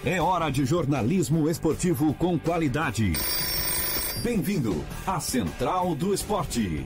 É hora de jornalismo esportivo com qualidade. Bem-vindo à Central do Esporte.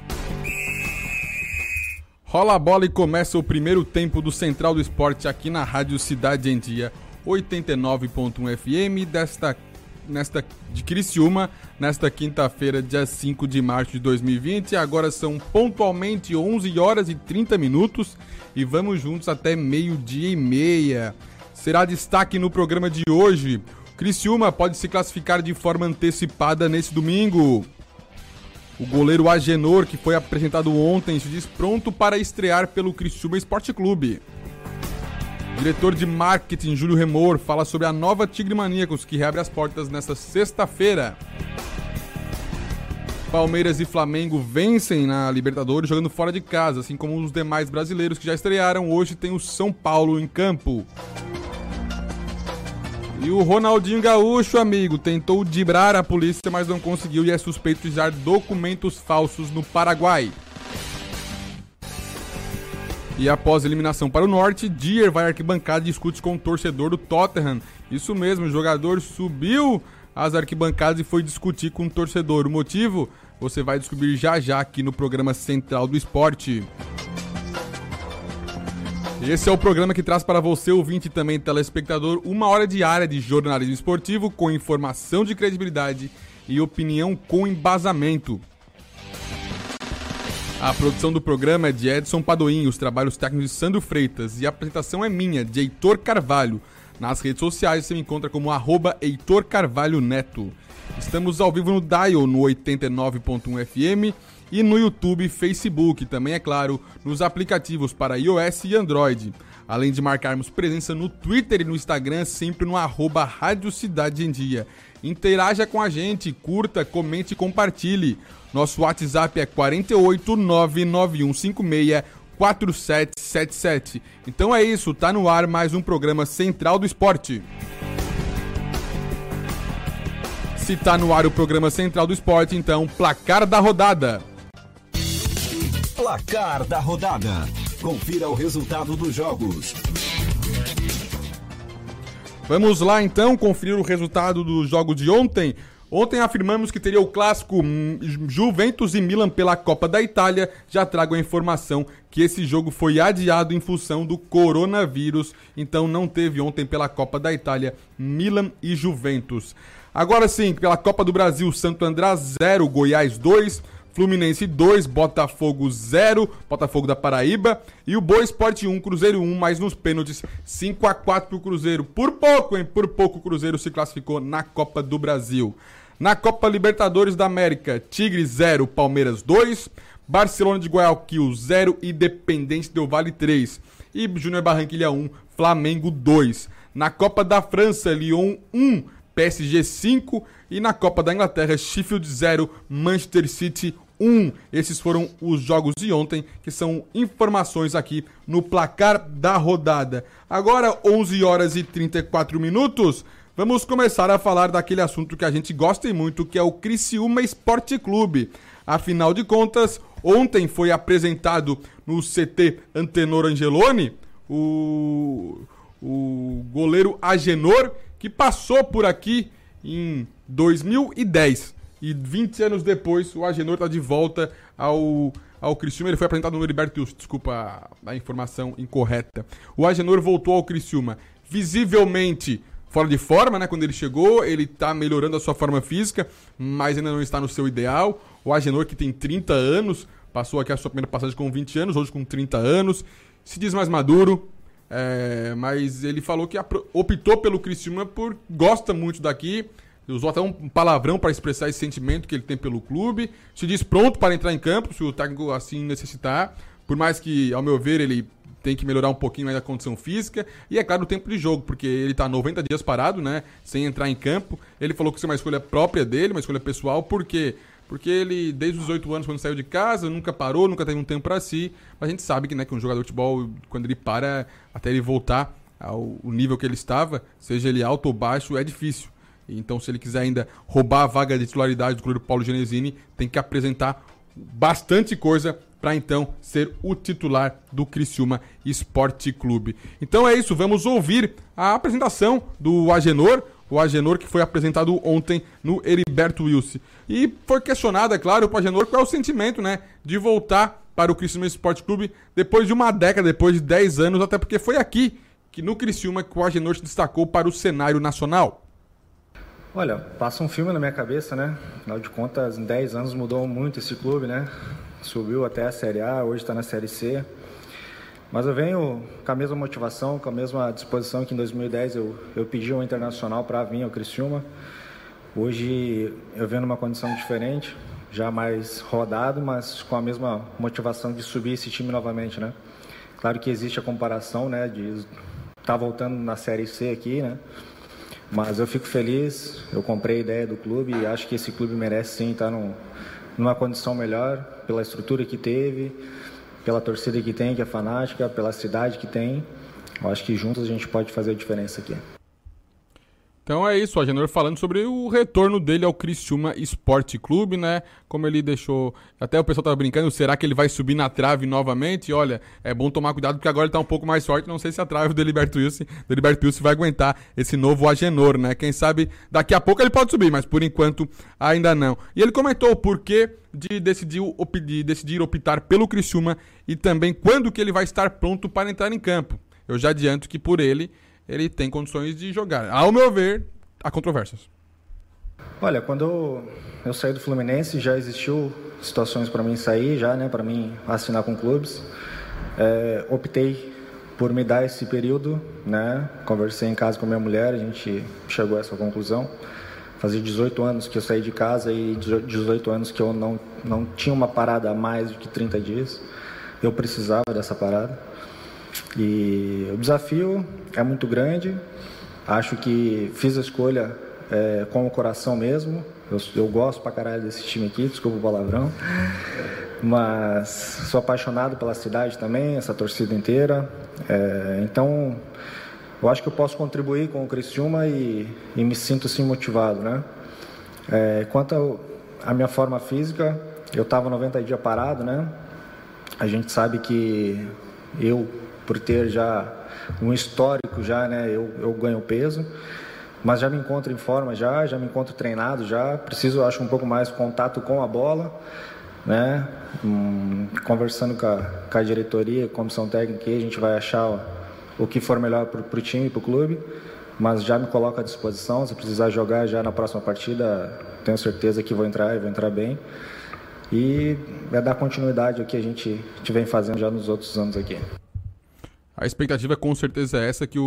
Rola a bola e começa o primeiro tempo do Central do Esporte aqui na Rádio Cidade em Dia, 89.1 FM de Criciúma, nesta quinta-feira, dia 5 de março de 2020. Agora são pontualmente 11 horas e 30 minutos e vamos juntos até meio-dia e meia. Será destaque no programa de hoje. Criciúma pode se classificar de forma antecipada nesse domingo. O goleiro Agenor, que foi apresentado ontem, se diz pronto para estrear pelo Criciúma Esporte Clube. O diretor de marketing, Júlio Remor, fala sobre a nova Tigre Maníacos, que reabre as portas nesta sexta-feira. Palmeiras e Flamengo vencem na Libertadores jogando fora de casa, assim como os demais brasileiros que já estrearam. Hoje tem o São Paulo em campo. E o Ronaldinho Gaúcho, amigo, tentou driblar a polícia, mas não conseguiu e é suspeito de usar documentos falsos no Paraguai. E após a eliminação para o Norte, Dier vai à arquibancada e discute com o torcedor do Tottenham. Isso mesmo, o jogador subiu às arquibancadas e foi discutir com o torcedor. O motivo? Você vai descobrir já já aqui no programa Central do Esporte. Esse é o programa que traz para você, ouvinte e também telespectador, uma hora diária de jornalismo esportivo com informação de credibilidade e opinião com embasamento. A produção do programa é de Edson Padoim, os trabalhos técnicos de Sandro Freitas e a apresentação é minha, de Heitor Carvalho. Nas redes sociais você me encontra como @HeitorCarvalhoNeto. Estamos ao vivo no Dial, no 89.1 FM e no YouTube e Facebook, também é claro, nos aplicativos para iOS e Android. Além de marcarmos presença no Twitter e no Instagram, sempre no @Rádio Cidade em Dia. Interaja com a gente, curta, comente e compartilhe. Nosso WhatsApp é 48991564777. Então é isso, tá no ar mais um programa Central do Esporte. Se tá no ar o programa Central do Esporte, então placar da rodada. Placar da rodada. Confira o resultado dos jogos. Vamos lá então conferir o resultado dos jogos de ontem. Ontem afirmamos que teria o clássico Juventus e Milan pela Copa da Itália. Já trago a informação que esse jogo foi adiado em função do coronavírus. Então não teve ontem pela Copa da Itália Milan e Juventus. Agora sim, pela Copa do Brasil, Santo André 0, Goiás 2, Fluminense 2, Botafogo 0, Botafogo da Paraíba. E o Boa Esporte 1, Cruzeiro 1, mas nos pênaltis 5-4 pro Cruzeiro. Por pouco, hein? Por pouco o Cruzeiro se classificou na Copa do Brasil. Na Copa Libertadores da América, Tigre 0, Palmeiras 2, Barcelona de Guayaquil 0, Independente Del Valle 3 e Júnior Barranquilla 1, Flamengo 2. Na Copa da França, Lyon 1, PSG 5 e na Copa da Inglaterra, Sheffield 0, Manchester City 1. Esses foram os jogos de ontem, que são informações aqui no placar da rodada. Agora, 11 horas e 34 minutos, vamos começar a falar daquele assunto que a gente gosta e muito, que é o Criciúma Esporte Clube. Afinal de contas, ontem foi apresentado no CT Antenor Angeloni o goleiro Agenor, que passou por aqui em 2010 e 20 anos depois o Agenor está de volta ao Criciúma. Ele foi apresentado no Heriberto Wilson, desculpa a informação incorreta. O Agenor voltou ao Criciúma visivelmente fora de forma, né? Quando ele chegou, ele está melhorando a sua forma física, mas ainda não está no seu ideal. O Agenor, que tem 30 anos, passou aqui a sua primeira passagem com 20 anos, hoje com 30 anos, se diz mais maduro. Mas ele falou que optou pelo Criciúma por gosta muito daqui, usou até um palavrão para expressar esse sentimento que ele tem pelo clube, se diz pronto para entrar em campo se o técnico assim necessitar, por mais que, ao meu ver, ele tem que melhorar um pouquinho mais a condição física e, é claro, o tempo de jogo, porque ele está 90 dias parado, né, sem entrar em campo. Ele falou que isso é uma escolha própria dele, uma escolha pessoal, porque ele, desde os 18 anos, quando saiu de casa, nunca parou, nunca teve um tempo para si. Mas a gente sabe que, né, que um jogador de futebol, quando ele para, até ele voltar ao nível que ele estava, seja ele alto ou baixo, é difícil. Então, se ele quiser ainda roubar a vaga de titularidade do goleiro Paulo Genesini, tem que apresentar bastante coisa para então ser o titular do Criciúma Esporte Clube. Então é isso, vamos ouvir a apresentação do Agenor, o Agenor que foi apresentado ontem no Heriberto Wilson. E foi questionado, é claro, para o Agenor qual é o sentimento, né, de voltar para o Criciúma Esporte Clube depois de uma década, depois de 10 anos, até porque foi aqui que no Criciúma que o Agenor se destacou para o cenário nacional. Olha, passa um filme na minha cabeça, né? Afinal de contas, em 10 anos mudou muito esse clube, né? Subiu até a Série A, hoje está na Série C. Mas eu venho com a mesma motivação, com a mesma disposição que em 2010 eu pedi ao Internacional para vir ao Criciúma. Hoje eu venho numa condição diferente, já mais rodado, mas com a mesma motivação de subir esse time novamente, né? Claro que existe a comparação, né, de estar voltando na Série C aqui, né? Mas eu fico feliz, eu comprei a ideia do clube e acho que esse clube merece sim estar numa condição melhor, pela estrutura que teve, pela torcida que tem, que é fanática, pela cidade que tem. Eu acho que juntos a gente pode fazer a diferença aqui. Então é isso, o Agenor falando sobre o retorno dele ao Criciúma Esporte Clube, né? Como ele deixou... Até o pessoal tava brincando, será que ele vai subir na trave novamente? Olha, é bom tomar cuidado porque agora ele tá um pouco mais forte. Não sei se a trave do Heriberto Wilson vai aguentar esse novo Agenor, né? Quem sabe daqui a pouco ele pode subir, mas por enquanto ainda não. E ele comentou o porquê de decidir optar pelo Criciúma e também quando que ele vai estar pronto para entrar em campo. Eu já adianto que por ele tem condições de jogar. Ao meu ver, há controvérsias. Olha, quando eu saí do Fluminense, já existiu situações para mim sair, já, né, para mim assinar com clubes. Optei por me dar esse período, né, conversei em casa com minha mulher, a gente chegou a essa conclusão. Fazia 18 anos que eu saí de casa e 18 anos que eu não tinha uma parada a mais do que 30 dias. Eu precisava dessa parada. E o desafio é muito grande, acho que fiz a escolha com o coração mesmo, eu gosto pra caralho desse time aqui, desculpa o palavrão, mas sou apaixonado pela cidade também, essa torcida inteira, então eu acho que eu posso contribuir com o Criciúma e me sinto sim motivado, né? Quanto à minha forma física, eu estava 90 dias parado, né? A gente sabe que por ter já um histórico já, né, eu ganho peso, mas já me encontro em forma já me encontro treinado já, preciso, acho, um pouco mais contato com a bola, né, conversando com a diretoria, comissão técnica, a gente vai achar o que for melhor para o time e para o clube, mas já me coloco à disposição, se precisar jogar já na próxima partida, tenho certeza que vou entrar bem, e vai dar continuidade ao que a gente vem fazendo já nos outros anos aqui. A expectativa com certeza é essa, que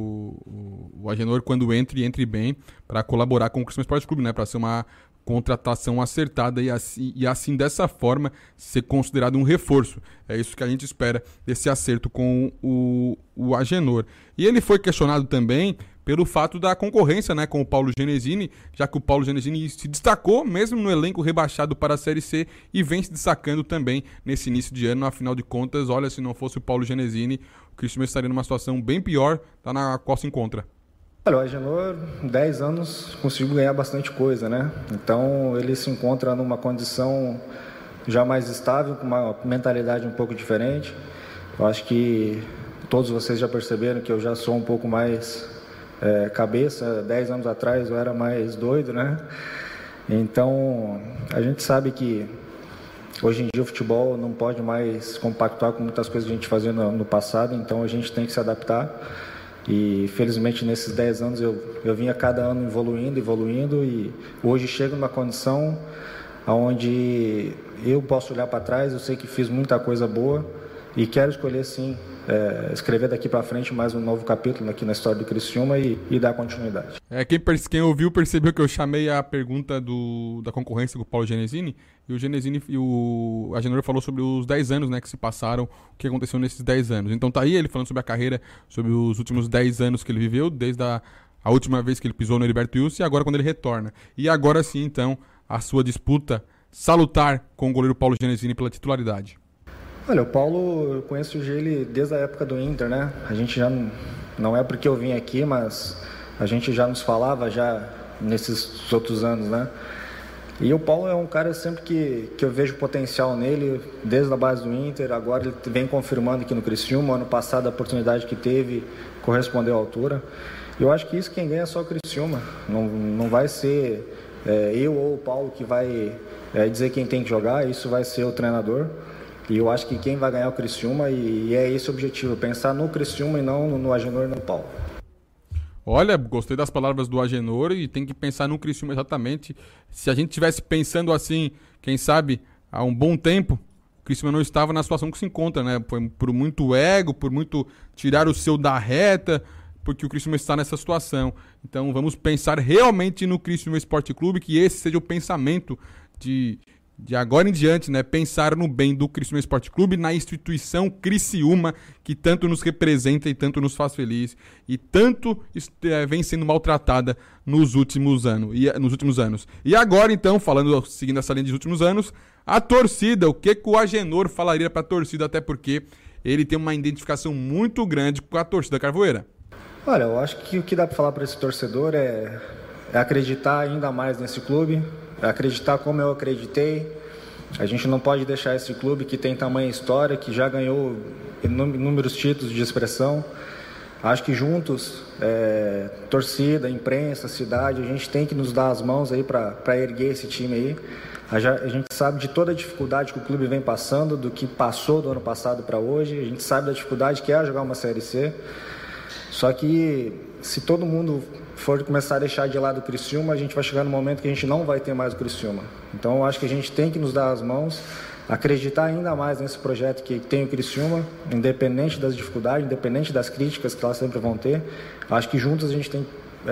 o Agenor, quando entre bem para colaborar com o Criciúma Esporte Clube, né? Para ser uma contratação acertada e assim dessa forma ser considerado um reforço. É isso que a gente espera desse acerto com o Agenor. E ele foi questionado também pelo fato da concorrência, né, com o Paulo Genesini, já que o Paulo Genesini se destacou mesmo no elenco rebaixado para a Série C e vem se destacando também nesse início de ano. Afinal de contas, olha, se não fosse o Paulo Genesini, o Criciúma estaria numa situação bem pior na qual se encontra. Olha, o Agenor, 10 anos, conseguiu ganhar bastante coisa, né? Então, ele se encontra numa condição já mais estável, com uma mentalidade um pouco diferente. Eu acho que todos vocês já perceberam que eu já sou um pouco mais cabeça. 10 anos atrás eu era mais doido, né? Então, a gente sabe que hoje em dia o futebol não pode mais compactuar com muitas coisas que a gente fazia no passado, então a gente tem que se adaptar. E felizmente nesses 10 anos eu vinha cada ano evoluindo e hoje chego numa condição onde eu posso olhar para trás, eu sei que fiz muita coisa boa e quero escolher sim, escrever daqui para frente mais um novo capítulo aqui na história do Criciúma e dar continuidade. Quem ouviu percebeu que eu chamei a pergunta da concorrência com o Paulo Genesini, e o Genesini e o Agenor falou sobre os 10 anos, né, que se passaram, o que aconteceu nesses 10 anos. Então tá aí ele falando sobre a carreira, sobre os últimos 10 anos que ele viveu, desde a última vez que ele pisou no Heriberto Wilson e agora quando ele retorna. E agora sim, então, a sua disputa salutar com o goleiro Paulo Genesini pela titularidade. Olha, o Paulo, eu conheço ele desde a época do Inter, né? A gente já não é porque eu vim aqui, mas a gente já nos falava já nesses outros anos, né? E o Paulo é um cara sempre que eu vejo potencial nele, desde a base do Inter, agora ele vem confirmando aqui no Criciúma. Ano passado a oportunidade que teve correspondeu à altura. Eu acho que isso quem ganha é só o Criciúma, não vai ser eu ou o Paulo que vai dizer quem tem que jogar, isso vai ser o treinador. E eu acho que quem vai ganhar é o Criciúma e é esse o objetivo, pensar no Criciúma e não no Agenor e no Paulo. Olha, gostei das palavras do Agenor e tem que pensar no Criciúma exatamente. Se a gente tivesse pensando assim, quem sabe, há um bom tempo, o Criciúma não estava na situação que se encontra, né? Por muito ego, por muito tirar o seu da reta, porque o Criciúma está nessa situação. Então vamos pensar realmente no Criciúma Esporte Clube, que esse seja o pensamento de agora em diante, né? Pensar no bem do Criciúma Esporte Clube, na instituição Criciúma, que tanto nos representa e tanto nos faz feliz, e tanto vem sendo maltratada nos últimos anos. E agora, então, seguindo essa linha dos últimos anos, a torcida, o que o Agenor falaria para a torcida, até porque ele tem uma identificação muito grande com a torcida carvoeira. Olha, eu acho que o que dá para falar para esse torcedor é acreditar ainda mais nesse clube, acreditar como eu acreditei. A gente não pode deixar esse clube que tem tamanha história, que já ganhou inúmeros títulos de expressão. Acho que juntos, torcida, imprensa, cidade, a gente tem que nos dar as mãos aí para erguer esse time aí. A gente sabe de toda a dificuldade que o clube vem passando, do que passou do ano passado para hoje. A gente sabe da dificuldade que é jogar uma Série C. Só que se todo mundo for começar a deixar de lado o Criciúma, a gente vai chegar no momento que a gente não vai ter mais o Criciúma. Então eu acho que a gente tem que nos dar as mãos, acreditar ainda mais nesse projeto que tem o Criciúma, independente das dificuldades, independente das críticas que elas sempre vão ter. Acho que juntos a gente tem que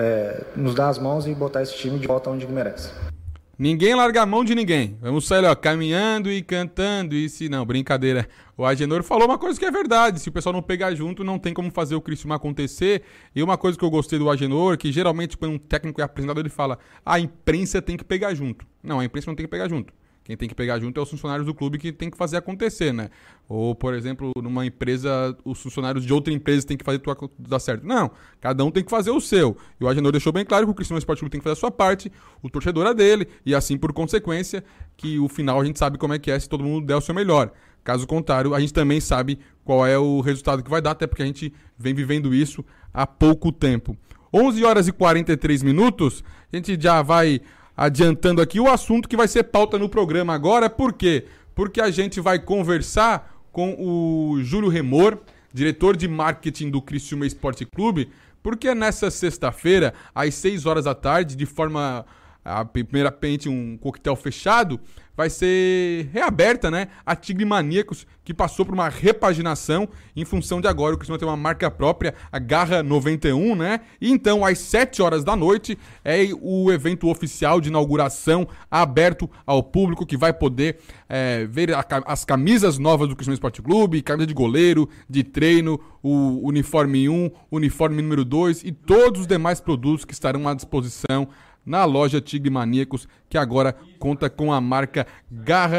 nos dar as mãos e botar esse time de volta onde merece. Ninguém larga a mão de ninguém. Vamos sair, caminhando e cantando. E se não, brincadeira. O Agenor falou uma coisa que é verdade. Se o pessoal não pegar junto, não tem como fazer o Criciúma acontecer. E uma coisa que eu gostei do Agenor, que geralmente quando um técnico é apresentado, ele fala: a imprensa tem que pegar junto. Não, a imprensa não tem que pegar junto. Quem tem que pegar junto é os funcionários do clube que tem que fazer acontecer, né? Ou, por exemplo, numa empresa, os funcionários de outra empresa têm que fazer tudo dar certo. Não, cada um tem que fazer o seu. E o Agenor deixou bem claro que o Criciúma Esporte Clube tem que fazer a sua parte, o torcedor é dele, e assim, por consequência, que o final a gente sabe como é que é se todo mundo der o seu melhor. Caso contrário, a gente também sabe qual é o resultado que vai dar, até porque a gente vem vivendo isso há pouco tempo. 11 horas e 43 minutos, a gente já vai adiantando aqui o assunto que vai ser pauta no programa agora. Por quê? Porque a gente vai conversar com o Júlio Remor, diretor de marketing do Criciúma Esporte Clube, porque nessa sexta-feira, às 6 horas da tarde, de forma, primeiramente, um coquetel fechado, vai ser reaberta, né, a Tigre Maníacos, que passou por uma repaginação em função de agora o Criciúma tem uma marca própria, a Garra 91, né? E então, às 7 horas da noite, é o evento oficial de inauguração aberto ao público, que vai poder ver as camisas novas do Criciúma Esporte Clube, camisa de goleiro, de treino, o uniforme 1, uniforme número 2 e todos os demais produtos que estarão à disposição na loja Tigre Maníacos, que agora conta com a marca Garra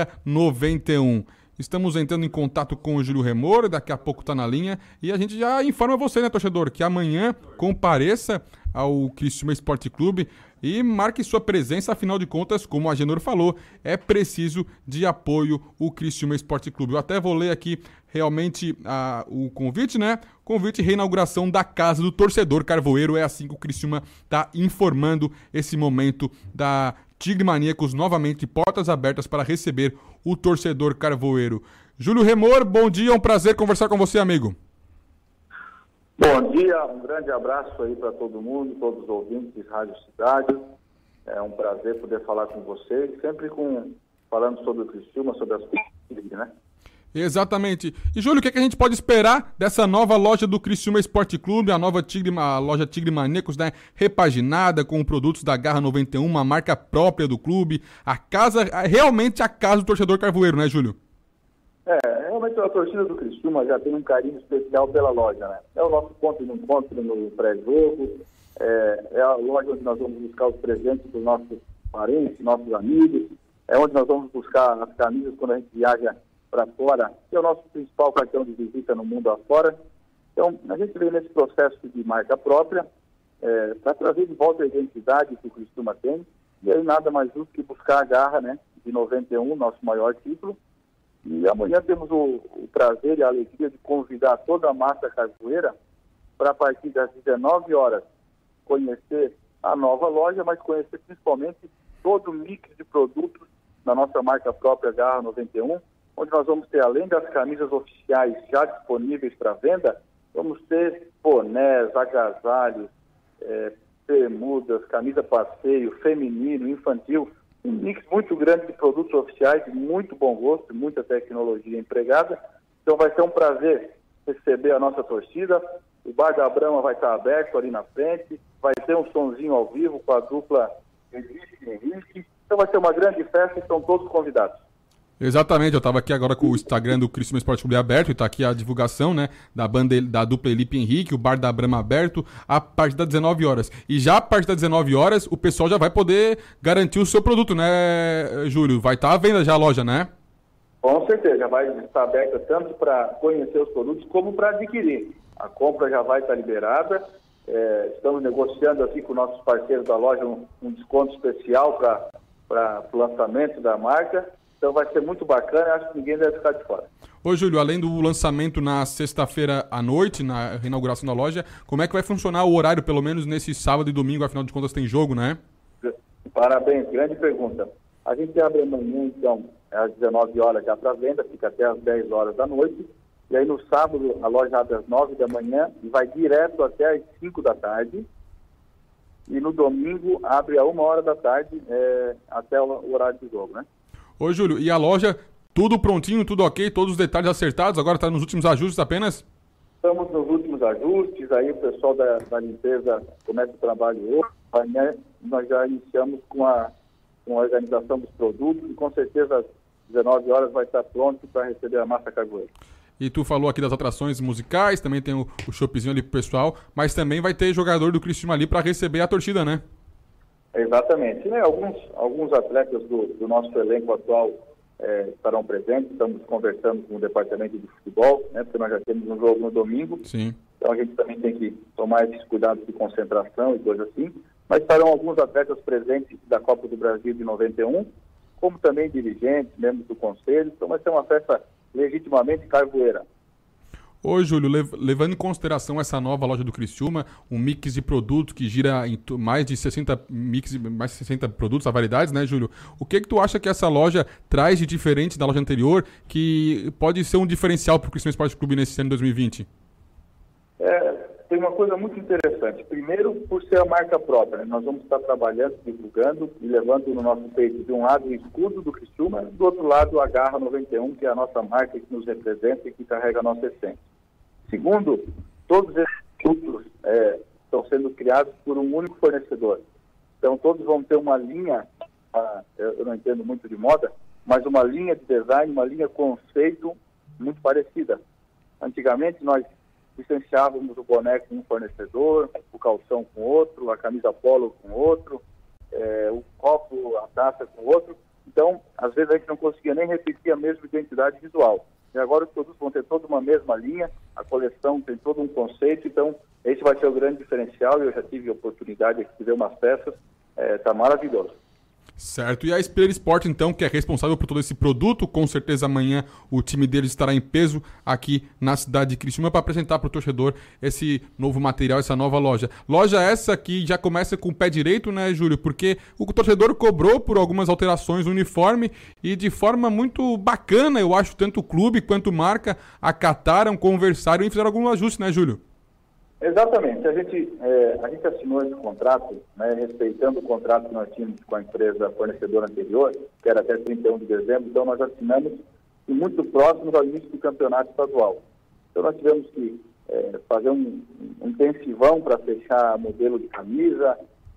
91. Estamos entrando em contato com o Júlio Remor, daqui a pouco está na linha, e a gente já informa você, né, torcedor, que amanhã compareça ao Criciúma Esporte Clube e marque sua presença, afinal de contas, como a Agenor falou, é preciso de apoio o Criciúma Esporte Clube. Eu até vou ler aqui realmente o convite, né? Convite reinauguração da Casa do Torcedor Carvoeiro, é assim que o Criciúma está informando esse momento da Tigre Maníacos, novamente portas abertas para receber o torcedor carvoeiro. Júlio Remor, bom dia, é um prazer conversar com você, amigo. Bom dia, um grande abraço aí para todo mundo, todos os ouvintes de Rádio Cidade. É um prazer poder falar com vocês, sempre falando sobre o Criciúma, sobre as coisas, né? Exatamente. E, Júlio, o que a gente pode esperar dessa nova loja do Criciúma Esporte Clube, a loja Tigre Maníacos, né, repaginada com produtos da Garra 91, uma marca própria do clube, realmente a casa do torcedor carvoeiro, né, Júlio? Realmente a torcida do Criciúma já tem um carinho especial pela loja, né? É o nosso ponto de encontro no pré-jogo, é a loja onde nós vamos buscar os presentes dos nossos parentes, nossos amigos, é onde nós vamos buscar as camisas quando a gente viaja para fora, que é o nosso principal cartão de visita no mundo afora. Então, a gente vem nesse processo de marca própria, para trazer de volta a identidade que o Criciúma tem, E aí nada mais justo que buscar a garra, né, de 91, nosso maior título. E amanhã temos o prazer e a alegria de convidar toda a massa carvoeira para, a partir das 19 horas, conhecer a nova loja, mas conhecer principalmente todo o mix de produtos da nossa marca própria Garra 91, onde nós vamos ter, além das camisas oficiais já disponíveis para venda, vamos ter bonés, agasalhos, bermudas, camisa passeio, feminino, infantil, um mix muito grande de produtos oficiais, de muito bom gosto, muita tecnologia empregada. Então vai ser um prazer receber a nossa torcida. O Bar da Brama vai estar aberto ali na frente, vai ter um sonzinho ao vivo com a dupla Henrique. Então vai ser uma grande festa e estão todos convidados. Exatamente, eu estava aqui agora com o Instagram do Criciúma Esporte Clube aberto e está aqui a divulgação, né, da banda da dupla Elipe Henrique, o Bar da Brama aberto, a partir das 19 horas. E já a partir das 19 horas, o pessoal já vai poder garantir o seu produto, né, Júlio? Vai estar à venda já a loja, né? Com certeza, já vai estar aberta tanto para conhecer os produtos como para adquirir. A compra já vai estar liberada. Estamos negociando aqui com nossos parceiros da loja um desconto especial para o lançamento da marca. Então vai ser muito bacana, acho que ninguém deve ficar de fora. Ô Júlio, além do lançamento na sexta-feira à noite, na reinauguração da loja, como é que vai funcionar o horário, pelo menos nesse sábado e domingo, afinal de contas tem jogo, né? Parabéns, grande pergunta. A gente abre amanhã, então, às 19 horas já para venda, fica até às 10 horas da noite. E aí no sábado a loja abre às 9 da manhã e vai direto até às 5 da tarde. E no domingo abre a 1 hora da tarde até o horário do jogo, né? Ô Júlio, e a loja, tudo prontinho, tudo ok, todos os detalhes acertados, agora está nos últimos ajustes apenas? Estamos nos últimos ajustes, aí o pessoal da limpeza começa o trabalho hoje. Amanhã nós já iniciamos com a organização dos produtos e com certeza às 19 horas vai estar pronto para receber a massa carvoeira. E tu falou aqui das atrações musicais, também tem o choppzinho ali pro pessoal, mas também vai ter jogador do Criciúma ali para receber a torcida, né? Exatamente. Né? Alguns atletas do nosso elenco atual estarão presentes. Estamos conversando com o departamento de futebol, né? Porque nós já temos um jogo no domingo. Sim. Então a gente também tem que tomar esses cuidados de concentração e coisas assim. Mas estarão alguns atletas presentes da Copa do Brasil de 91, como também dirigentes, membros do conselho. Então vai ser uma festa legitimamente carvoeira. Ô Júlio, levando em consideração essa nova loja do Criciúma, um mix de produtos que gira em mais de 60 produtos, a variedades, né, Júlio? O que tu acha que essa loja traz de diferente da loja anterior que pode ser um diferencial para o Criciúma Esporte Clube nesse ano de 2020? Tem uma coisa muito interessante. Primeiro, por ser a marca própria, né? Nós vamos estar trabalhando, divulgando e levando no nosso peito, de um lado, o escudo do Criciúma, do outro lado, a Garra 91, que é a nossa marca que nos representa e que carrega a nossa essência. Segundo, todos esses produtos estão sendo criados por um único fornecedor. Então, todos vão ter uma linha, eu não entendo muito de moda, mas uma linha de design, uma linha conceito muito parecida. Antigamente, nós licenciávamos o boné com um fornecedor, o calção com outro, a camisa polo com outro, o copo, a taça com outro. Então, às vezes a gente não conseguia nem repetir a mesma identidade visual. E agora os produtos vão ter toda uma mesma linha, a coleção tem todo um conceito, então esse vai ser o grande diferencial. Eu já tive a oportunidade aqui de ver umas peças, está maravilhoso. Certo, e a Espelho Sport, então, que é responsável por todo esse produto, com certeza amanhã o time deles estará em peso aqui na cidade de Criciúma para apresentar para o torcedor esse novo material, essa nova loja. Loja essa que já começa com o pé direito, né, Júlio? Porque o torcedor cobrou por algumas alterações no uniforme e de forma muito bacana, eu acho, tanto o clube quanto marca acataram, conversaram e fizeram algum ajuste, né, Júlio? Exatamente. A gente assinou esse contrato, né, respeitando o contrato que nós tínhamos com a empresa fornecedora anterior, que era até 31 de dezembro, então nós assinamos e muito próximos ao início do campeonato estadual. Então nós tivemos que fazer um intensivão para fechar modelo de camisa,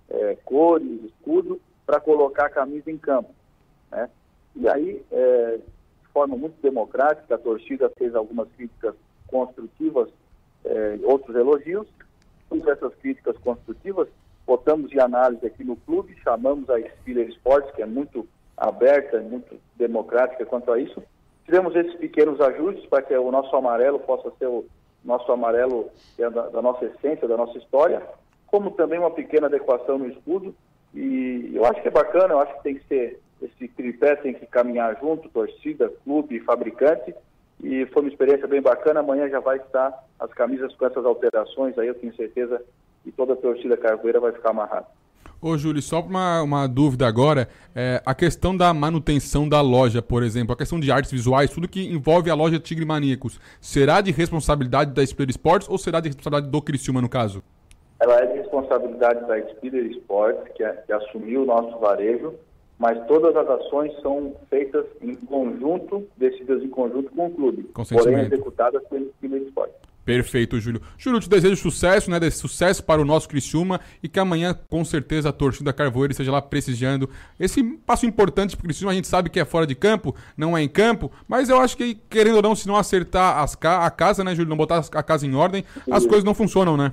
cores, escudo, para colocar a camisa em campo, né? E aí, de forma muito democrática, a torcida fez algumas críticas construtivas, outros elogios. Todas essas críticas construtivas botamos de análise aqui no clube, chamamos a Espelho Sport, que é muito aberta, muito democrática quanto a isso. Tivemos esses pequenos ajustes para que o nosso amarelo possa ser o nosso amarelo, que é da nossa essência, da nossa história, como também uma pequena adequação no escudo. E eu acho que é bacana, eu acho que tem que ser, esse tripé tem que caminhar junto, torcida, clube e fabricante, e foi uma experiência bem bacana. Amanhã já vai estar as camisas com essas alterações, aí eu tenho certeza que toda a torcida carvoeira vai ficar amarrada. Ô Júlio, só uma dúvida agora, a questão da manutenção da loja, por exemplo, a questão de artes visuais, tudo que envolve a loja Tigre Maníacos, será de responsabilidade da Spiller Sports ou será de responsabilidade do Criciúma no caso? Ela é de responsabilidade da Spiller Sports, que assumiu o nosso varejo, mas todas as ações são feitas em conjunto, decididas em conjunto com o clube, porém executadas pela Spiller Sports. Perfeito, Júlio. Júlio, eu te desejo sucesso, né? Sucesso para o nosso Criciúma e que amanhã, com certeza, a torcida carvoeira esteja lá prestigiando esse passo importante para o Criciúma. A gente sabe que é fora de campo, não é em campo, mas eu acho que, querendo ou não, se não acertar a casa, né, Júlio? Não botar a casa em ordem, as coisas não funcionam, né?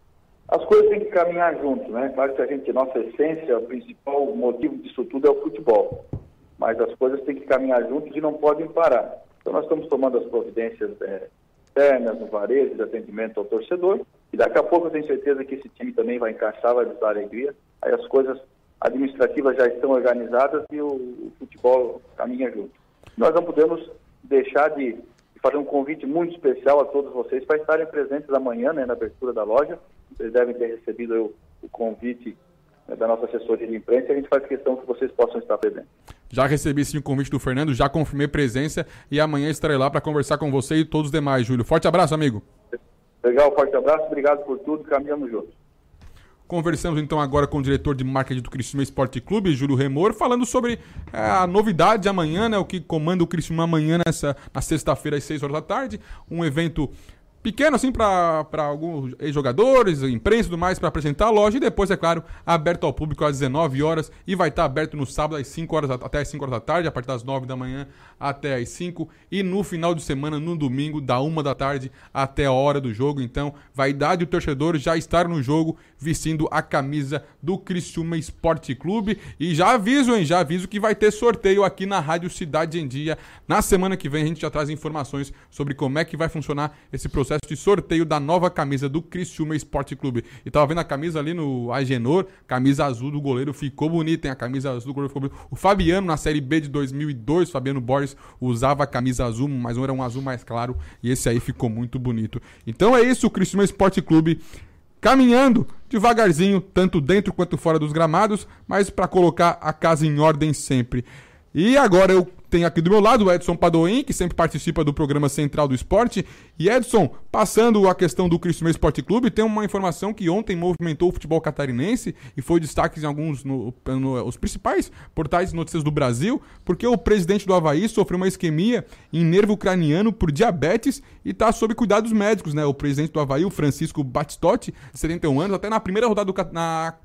As coisas têm que caminhar junto, né? Claro que nossa essência, o principal motivo disso tudo é o futebol. Mas as coisas têm que caminhar juntos e não podem parar. Então nós estamos tomando as providências externas, no varejo, de atendimento ao torcedor. E daqui a pouco eu tenho certeza que esse time também vai encaixar, vai nos dar alegria. Aí as coisas administrativas já estão organizadas e o futebol caminha junto. Nós não podemos deixar de fazer um convite muito especial a todos vocês para estarem presentes amanhã, né, na abertura da loja. Vocês devem ter recebido o convite, né, da nossa assessoria de imprensa, e a gente faz questão que vocês possam estar presentes. Já recebi sim o convite do Fernando, já confirmei presença e amanhã estarei lá para conversar com você e todos os demais, Júlio. Forte abraço, amigo. Legal, forte abraço, obrigado por tudo, caminhamos juntos. Conversamos então agora com o diretor de marketing do Criciúma Esporte Clube, Júlio Remor, falando sobre a novidade de amanhã, né, o que comanda o Criciúma amanhã na sexta-feira às 6 horas da tarde, um evento pequeno assim para alguns ex-jogadores, imprensa e tudo mais, para apresentar a loja, e depois, é claro, aberto ao público às 19 horas e vai estar aberto no sábado às 5 horas, até às 5 horas da tarde, a partir das 9 da manhã até às 5, e no final de semana, no domingo, da 1 da tarde até a hora do jogo. Então vai dar de o torcedor já estar no jogo vestindo a camisa do Criciúma Esporte Clube. E já aviso que vai ter sorteio aqui na Rádio Cidade em Dia. Na semana que vem a gente já traz informações sobre como é que vai funcionar esse processo de sorteio da nova camisa do Criciúma Esporte Clube. E tava vendo a camisa ali no Agenor, camisa azul do goleiro, ficou bonita, hein? A camisa azul do goleiro ficou bonita. O Fabiano, na Série B de 2002, Fabiano Borges, usava a camisa azul, mas era um azul mais claro, e esse aí ficou muito bonito. Então é isso, o Criciúma Esporte Clube caminhando devagarzinho, tanto dentro quanto fora dos gramados, mas para colocar a casa em ordem sempre. E agora eu tenho aqui do meu lado o Edson Padoim, que sempre participa do programa Central do Esporte. E Edson, passando a questão do Criciúma Esporte Clube, tem uma informação que ontem movimentou o futebol catarinense e foi destaque em alguns os principais portais de notícias do Brasil, porque o presidente do Avaí sofreu uma isquemia em nervo craniano por diabetes e está sob cuidados médicos, né? O presidente do Avaí, o Francisco Batistotti, de 71 anos, até na primeira rodada na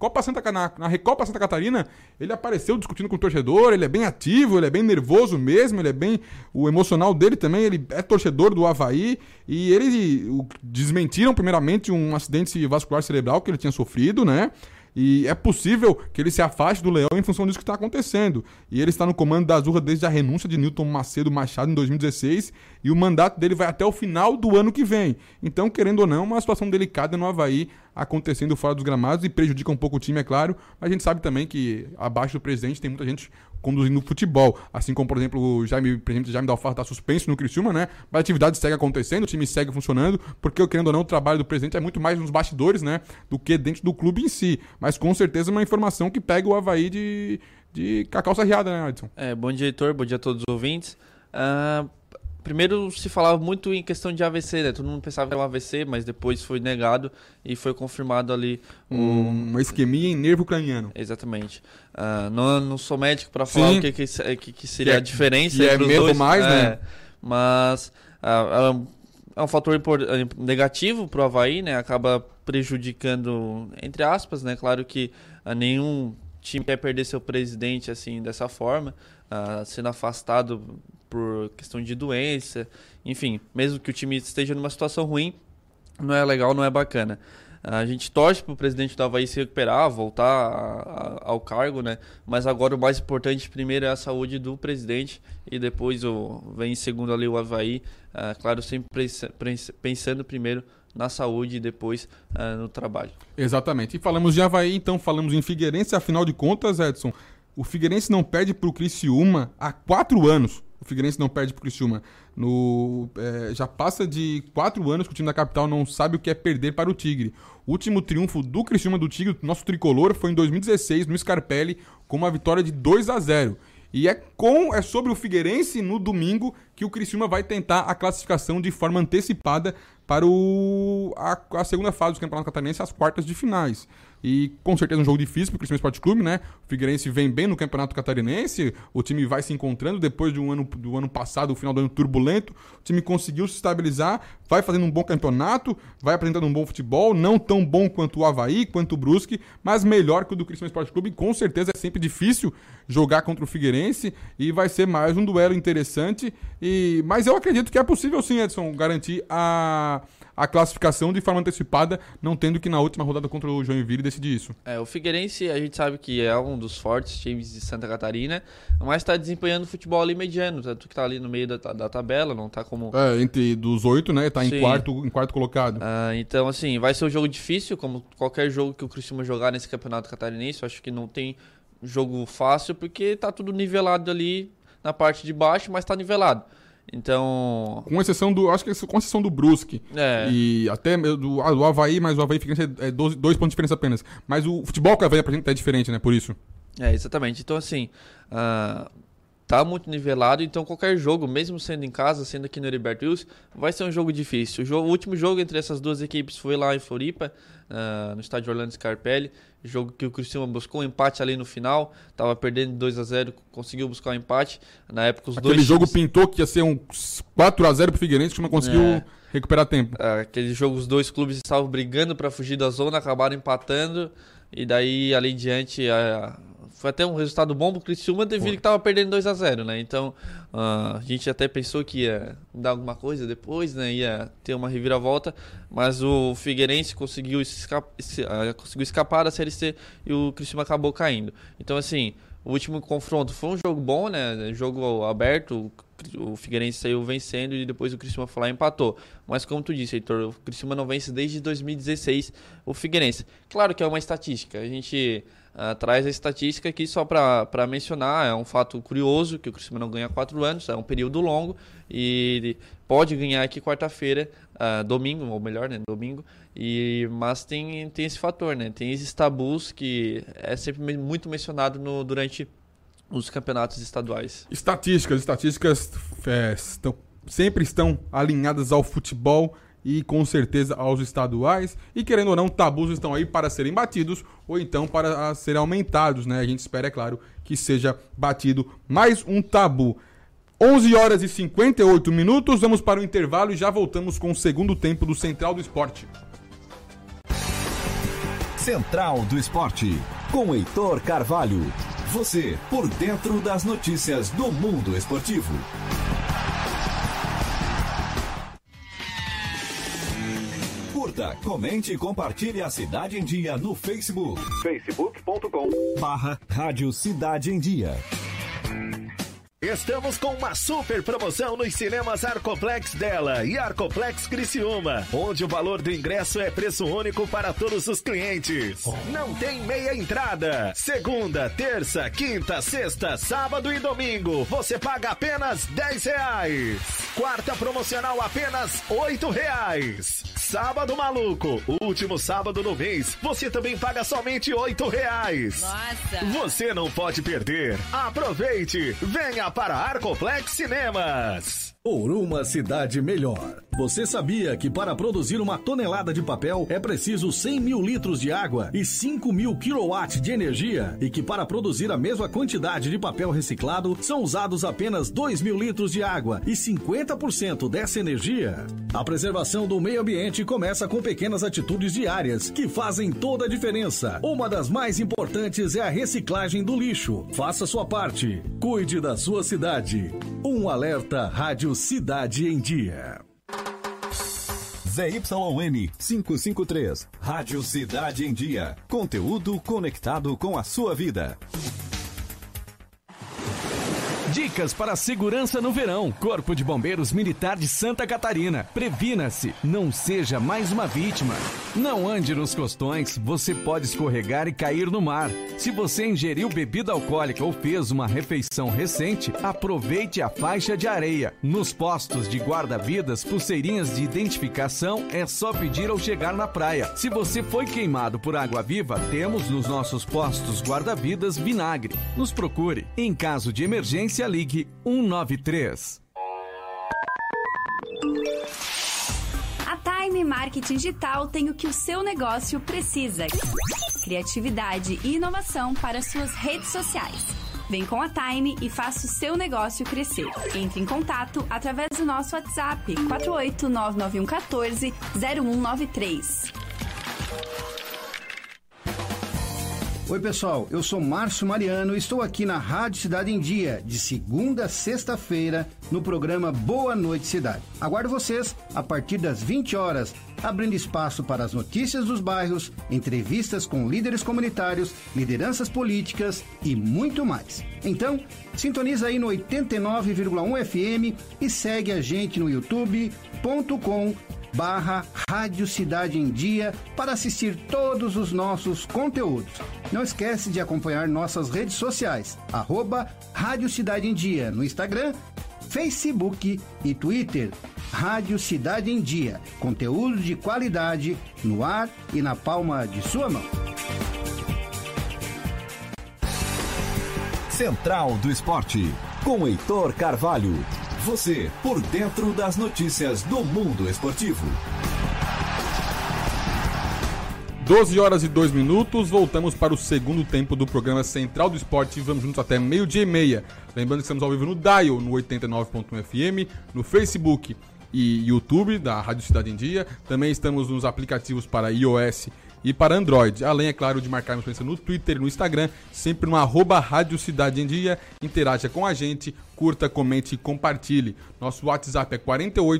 Recopa Santa Catarina, ele apareceu discutindo com o torcedor, ele é bem ativo, ele é bem nervoso mesmo, ele é bem... O emocional dele também, ele é torcedor do Avaí, e eles desmentiram primeiramente um acidente vascular cerebral que ele tinha sofrido, né? E é possível que ele se afaste do Leão em função disso que está acontecendo. E ele está no comando da Azurra desde a renúncia de Nilton Macedo Machado em 2016, e o mandato dele vai até o final do ano que vem. Então, querendo ou não, uma situação delicada no Avaí acontecendo fora dos gramados e prejudica um pouco o time, é claro, mas a gente sabe também que abaixo do presidente tem muita gente conduzindo o futebol, assim como, por exemplo, o presidente Jaime Dalfarra está suspenso no Criciúma, né? Mas a atividade segue acontecendo, o time segue funcionando, porque, querendo ou não, o trabalho do presidente é muito mais nos bastidores, né, do que dentro do clube em si. Mas com certeza é uma informação que pega o Avaí de calça riada, né, Edson? Bom dia, Heitor, bom dia a todos os ouvintes. Primeiro se falava muito em questão de AVC, né? Todo mundo pensava que era um AVC, mas depois foi negado e foi confirmado ali uma isquemia em nervo craniano. Exatamente. Não sou médico para falar o que seria a diferença entre os dois. Mais, né? Mas é um fator negativo para o Avaí, né? Acaba prejudicando, entre aspas, né? Claro que nenhum time quer perder seu presidente assim dessa forma, sendo afastado por questão de doença, enfim, mesmo que o time esteja numa situação ruim, não é legal, não é bacana. A gente torce para o presidente do Avaí se recuperar, voltar ao cargo, né? Mas agora o mais importante primeiro é a saúde do presidente e depois vem em segundo ali o Avaí, claro, sempre pensando primeiro na saúde e depois no trabalho. Exatamente. E falamos de Avaí, então falamos em Figueirense. Afinal de contas, Edson, o Figueirense não perde para o Criciúma há 4 anos. O Figueirense não perde para o Criciúma. Já passa de 4 anos que o time da capital não sabe o que é perder para o Tigre. O último triunfo do Criciúma do Tigre, nosso tricolor, foi em 2016, no Scarpelli, com uma vitória de 2-0. E é sobre o Figueirense no domingo que o Criciúma vai tentar a classificação de forma antecipada para a segunda fase do Campeonato Catarinense, as quartas de finais. E com certeza um jogo difícil para o Criciúma Esporte Clube, né? O Figueirense vem bem no Campeonato Catarinense, o time vai se encontrando depois do ano passado, o final do ano turbulento. O time conseguiu se estabilizar, vai fazendo um bom campeonato, vai apresentando um bom futebol, não tão bom quanto o Avaí, quanto o Brusque, mas melhor que o do Criciúma Esporte Clube. Com certeza é sempre difícil jogar contra o Figueirense e vai ser mais um duelo interessante. Mas eu acredito que é possível sim, Edson, garantir a classificação de forma antecipada, não tendo que na última rodada contra o Joinville decidir isso. O Figueirense, a gente sabe que é um dos fortes times de Santa Catarina, mas está desempenhando futebol ali mediano, tanto que está ali no meio da tabela, não está como... Entre dos 8, né? Está em quarto colocado. Então, assim, vai ser um jogo difícil, como qualquer jogo que o Criciúma jogar nesse Campeonato Catarinense. Eu acho que não tem jogo fácil, porque está tudo nivelado ali na parte de baixo, mas está nivelado. Então... Com exceção do Brusque. E até do Avaí, mas o Avaí fica 2 pontos de diferença apenas. Mas o futebol que o Avaí apresenta é diferente, né? Por isso. Exatamente. Então, assim, tá muito nivelado. Então, qualquer jogo, mesmo sendo em casa, sendo aqui no Heriberto Wilson, vai ser um jogo difícil. O último jogo entre essas duas equipes foi lá em Floripa, no estádio Orlando Scarpelli. Jogo que o Criciúma buscou um empate ali no final, tava perdendo 2-0, conseguiu buscar um empate. Na época Aquele jogo pintou que ia ser um 4-0 pro Figueirense, que não conseguiu recuperar tempo. Aquele jogo, os dois clubes estavam brigando para fugir da zona, acabaram empatando, e daí ali em diante foi até um resultado bom pro Criciúma devido que tava perdendo 2-0, né? Então a gente até pensou que ia dar alguma coisa depois, né? Ia ter uma reviravolta, mas o Figueirense conseguiu escapar da Série C e o Criciúma acabou caindo. Então, assim, o último confronto foi um jogo bom, né? Jogo aberto, o Figueirense saiu vencendo e depois o Criciúma foi lá e empatou. Mas como tu disse, Heitor, o Criciúma não vence desde 2016 o Figueirense. Claro que é uma estatística, a gente traz a estatística aqui só para mencionar, é um fato curioso que o Criciúma não ganha há 4 anos, é um período longo e pode ganhar aqui quarta-feira, domingo, ou melhor, né, domingo, mas tem esse fator, né, tem esses tabus que é sempre muito mencionado durante os campeonatos estaduais. Estatísticas sempre estão alinhadas ao futebol e com certeza aos estaduais, e querendo ou não, tabus estão aí para serem batidos ou então para serem aumentados, né? A gente espera, é claro, que seja batido mais um tabu. 11h58, vamos para o intervalo e já voltamos com o segundo tempo do Central do Esporte. Central do Esporte, com Heitor Carvalho. Você, por dentro das notícias do mundo esportivo. Curta, comente e compartilhe a Cidade em Dia no Facebook. facebook.com/Rádio Cidade em Dia. Estamos com uma super promoção nos cinemas Arcoplex dela e Arcoplex Criciúma, onde o valor do ingresso é preço único para todos os clientes. Não tem meia entrada. Segunda, terça, quinta, sexta, sábado e domingo, você paga apenas R$10. Quarta promocional apenas R$8. Sábado maluco, último sábado do mês, você também paga somente R$8. Nossa! Você não pode perder. Aproveite, venha para Arcoplex Cinemas. Por uma cidade melhor. Você sabia que para produzir 1 tonelada de papel é preciso 100 mil litros de água e 5 mil quilowatts de energia? E que para produzir a mesma quantidade de papel reciclado são usados apenas 2 mil litros de água e 50% dessa energia? A preservação do meio ambiente começa com pequenas atitudes diárias que fazem toda a diferença. Uma das mais importantes é a reciclagem do lixo. Faça sua parte. Cuide da sua cidade. Um alerta Rádio Cidade em Dia. ZYN 553, Rádio Cidade em Dia. Conteúdo conectado com a sua vida. Dicas para a segurança no verão. Corpo de Bombeiros Militar de Santa Catarina. Previna-se, não seja mais uma vítima. Não ande nos costões, você pode escorregar e cair no mar. Se você ingeriu bebida alcoólica ou fez uma refeição recente, aproveite a faixa de areia. Nos postos de guarda-vidas, pulseirinhas de identificação é só pedir ao chegar na praia. Se você foi queimado por água-viva, temos nos nossos postos guarda-vidas vinagre. Nos procure. Em caso de emergência, ligue 193. A Time Marketing Digital tem o que o seu negócio precisa: criatividade e inovação para suas redes sociais. Vem com a Time e faça o seu negócio crescer. Entre em contato através do nosso WhatsApp 48991140193. Oi pessoal, eu sou Márcio Mariano e estou aqui na Rádio Cidade em Dia, de segunda a sexta-feira, no programa Boa Noite Cidade. Aguardo vocês a partir das 20 horas, abrindo espaço para as notícias dos bairros, entrevistas com líderes comunitários, lideranças políticas e muito mais. Então, sintoniza aí no 89,1 FM e segue a gente no youtube.com/Rádio Cidade em Dia para assistir todos os nossos conteúdos. Não esquece de acompanhar nossas redes sociais, @Rádio Cidade em Dia no Instagram, Facebook e Twitter. Rádio Cidade em Dia, conteúdo de qualidade no ar e na palma de sua mão. Central do Esporte, com Heitor Carvalho. Você por dentro das notícias do mundo esportivo. 12h02, voltamos para o segundo tempo do programa Central do Esporte e vamos juntos até 12h30. Lembrando que estamos ao vivo no Dial, no 89.1 FM, no Facebook e YouTube da Rádio Cidade em Dia. Também estamos nos aplicativos para iOS e para Android, além, é claro, de marcar presença no Twitter e no Instagram, sempre no @Rádio Cidade em Dia. Interaja com a gente, curta, comente e compartilhe. Nosso WhatsApp é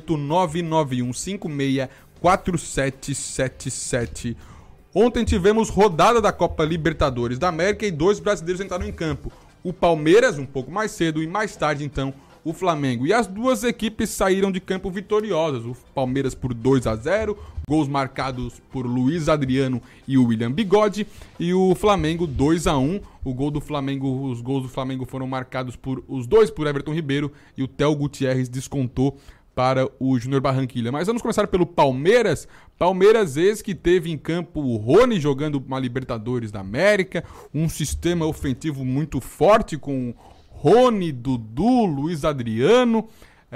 48991564777. Ontem tivemos rodada da Copa Libertadores da América e 2 brasileiros entraram em campo. O Palmeiras um pouco mais cedo e mais tarde, então, o Flamengo. E as duas equipes saíram de campo vitoriosas. O Palmeiras por 2-0, gols marcados por Luiz Adriano e o William Bigode. E o Flamengo 2-1. Os gols do Flamengo foram marcados por Everton Ribeiro e o Theo Gutierrez descontou para o Júnior Barranquilla. Mas vamos começar pelo Palmeiras. Palmeiras, esse que teve em campo o Rony jogando uma Libertadores da América, um sistema ofensivo muito forte com Rony, Dudu, Luiz Adriano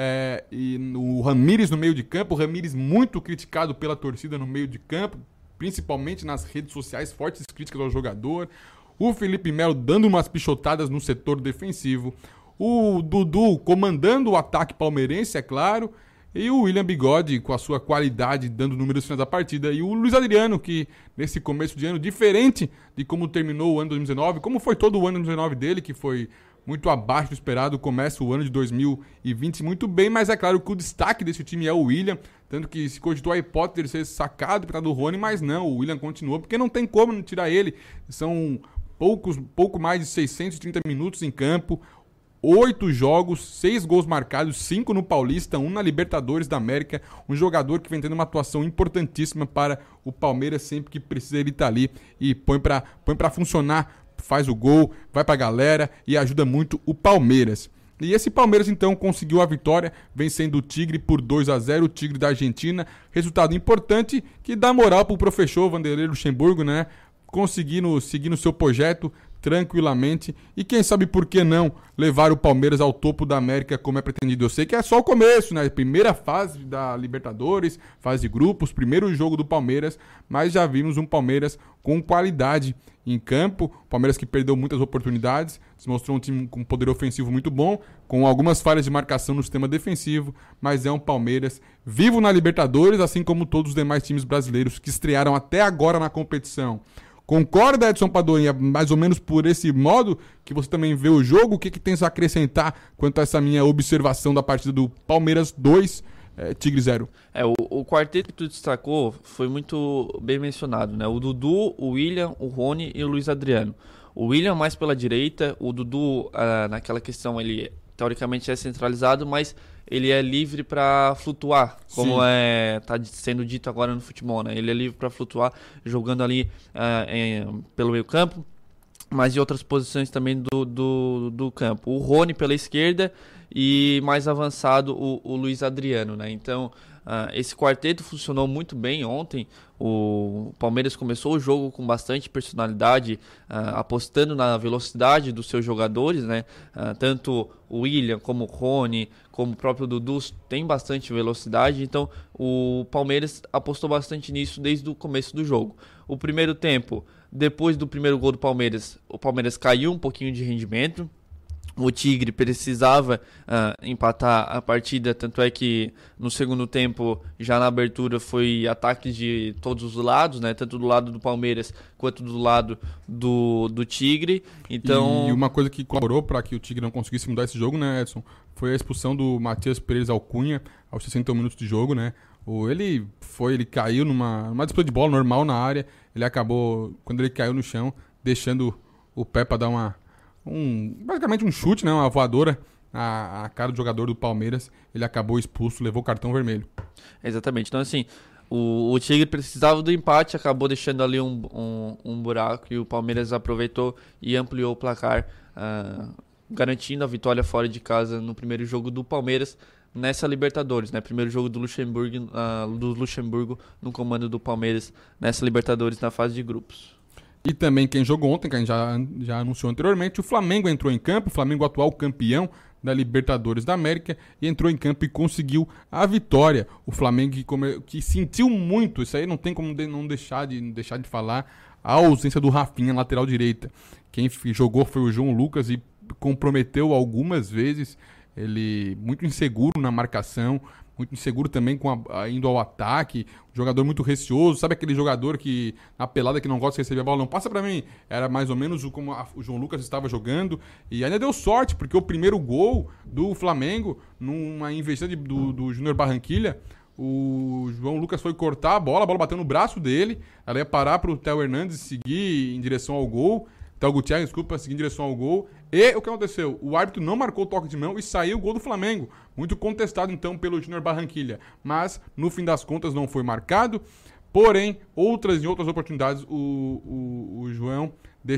e o Ramírez no meio de campo. O Ramírez muito criticado pela torcida no meio de campo, principalmente nas redes sociais, fortes críticas ao jogador. O Felipe Melo dando umas pichotadas no setor defensivo. O Dudu comandando o ataque palmeirense, é claro, e o William Bigode com a sua qualidade dando números finais da partida, e o Luiz Adriano, que nesse começo de ano, diferente de como terminou o ano de 2019, como foi todo o ano de 2019 dele, que foi muito abaixo do esperado, começa o ano de 2020 muito bem, mas é claro que o destaque desse time é o William, tanto que se cogitou a hipótese de ser sacado para do Rony, mas não, o William continuou, porque não tem como não tirar ele, são pouco mais de 630 minutos em campo, 8 jogos, 6 gols marcados, 5 no Paulista, 1 na Libertadores da América. Um jogador que vem tendo uma atuação importantíssima para o Palmeiras. Sempre que precisa ele tá ali e põe pra funcionar, faz o gol, vai pra galera e ajuda muito o Palmeiras. E esse Palmeiras então conseguiu a vitória, vencendo o Tigre por 2-0, o Tigre da Argentina. Resultado importante que dá moral pro professor Vanderlei Luxemburgo, né? Seguindo seu projeto tranquilamente e quem sabe por que não levar o Palmeiras ao topo da América como é pretendido. Eu sei que é só o começo, né? Primeira fase da Libertadores, fase de grupos, primeiro jogo do Palmeiras, mas já vimos um Palmeiras com qualidade em campo, Palmeiras que perdeu muitas oportunidades, se mostrou um time com poder ofensivo muito bom, com algumas falhas de marcação no sistema defensivo, mas é um Palmeiras vivo na Libertadores, assim como todos os demais times brasileiros que estrearam até agora na competição. Concorda, Edson Padoinha, mais ou menos por esse modo que você também vê o jogo? O que tens a acrescentar quanto a essa minha observação da partida do Palmeiras 2, Tigre 0? O quarteto que tu destacou foi muito bem mencionado, né? O Dudu, o William, o Rony e o Luiz Adriano. O William mais pela direita, o Dudu naquela questão ele teoricamente é centralizado, mas ele é livre para flutuar, como está sendo dito agora no futebol, né? Ele é livre para flutuar, jogando ali pelo meio campo, mas em outras posições também do campo. O Rony pela esquerda e mais avançado o Luiz Adriano, né? Então, esse quarteto funcionou muito bem ontem. O Palmeiras começou o jogo com bastante personalidade, apostando na velocidade dos seus jogadores, né? Tanto o William como o Rony, como o próprio Dudu tem bastante velocidade, então o Palmeiras apostou bastante nisso desde o começo do jogo. O primeiro tempo, depois do primeiro gol do Palmeiras, o Palmeiras caiu um pouquinho de rendimento. O Tigre precisava empatar a partida, tanto é que no segundo tempo, já na abertura, foi ataques de todos os lados, né? Tanto do lado do Palmeiras quanto do lado do Tigre. Então... E uma coisa que colaborou para que o Tigre não conseguisse mudar esse jogo, né, Edson? Foi a expulsão do Matias Pereira Alcunha aos 60 minutos de jogo, né? Ele caiu numa disputa de bola normal na área, ele acabou, quando ele caiu no chão, deixando o pé para dar basicamente um chute, né, uma voadora a cara do jogador do Palmeiras. Ele acabou expulso, levou cartão vermelho. Exatamente, então assim, o Tigre precisava do empate, acabou deixando ali um buraco, e o Palmeiras aproveitou e ampliou o placar, garantindo a vitória fora de casa no primeiro jogo do Palmeiras nessa Libertadores, né? Primeiro jogo do Luxemburgo no comando do Palmeiras nessa Libertadores na fase de grupos. E também quem jogou ontem, que a gente já anunciou anteriormente, o Flamengo entrou em campo, o Flamengo atual campeão da Libertadores da América, e entrou em campo e conseguiu a vitória. O Flamengo que sentiu muito, isso aí não tem como não deixar de falar, a ausência do Rafinha, lateral direita. Quem jogou foi o João Lucas e comprometeu algumas vezes, ele muito inseguro na marcação, muito inseguro também indo ao ataque, um jogador muito receoso, sabe aquele jogador que na pelada que não gosta de receber a bola, não passa pra mim, era mais ou menos como o João Lucas estava jogando, e ainda deu sorte, porque o primeiro gol do Flamengo, numa investida do Júnior Barranquilla, o João Lucas foi cortar a bola bateu no braço dele, ela ia parar pro Theo Hernandes seguir em direção ao gol, Theo Gutierrez, seguir em direção ao gol. E o que aconteceu? O árbitro não marcou o toque de mão e saiu o gol do Flamengo. Muito contestado, então, pelo Júnior Barranquilla. Mas, no fim das contas, não foi marcado. Porém, em outras oportunidades, o João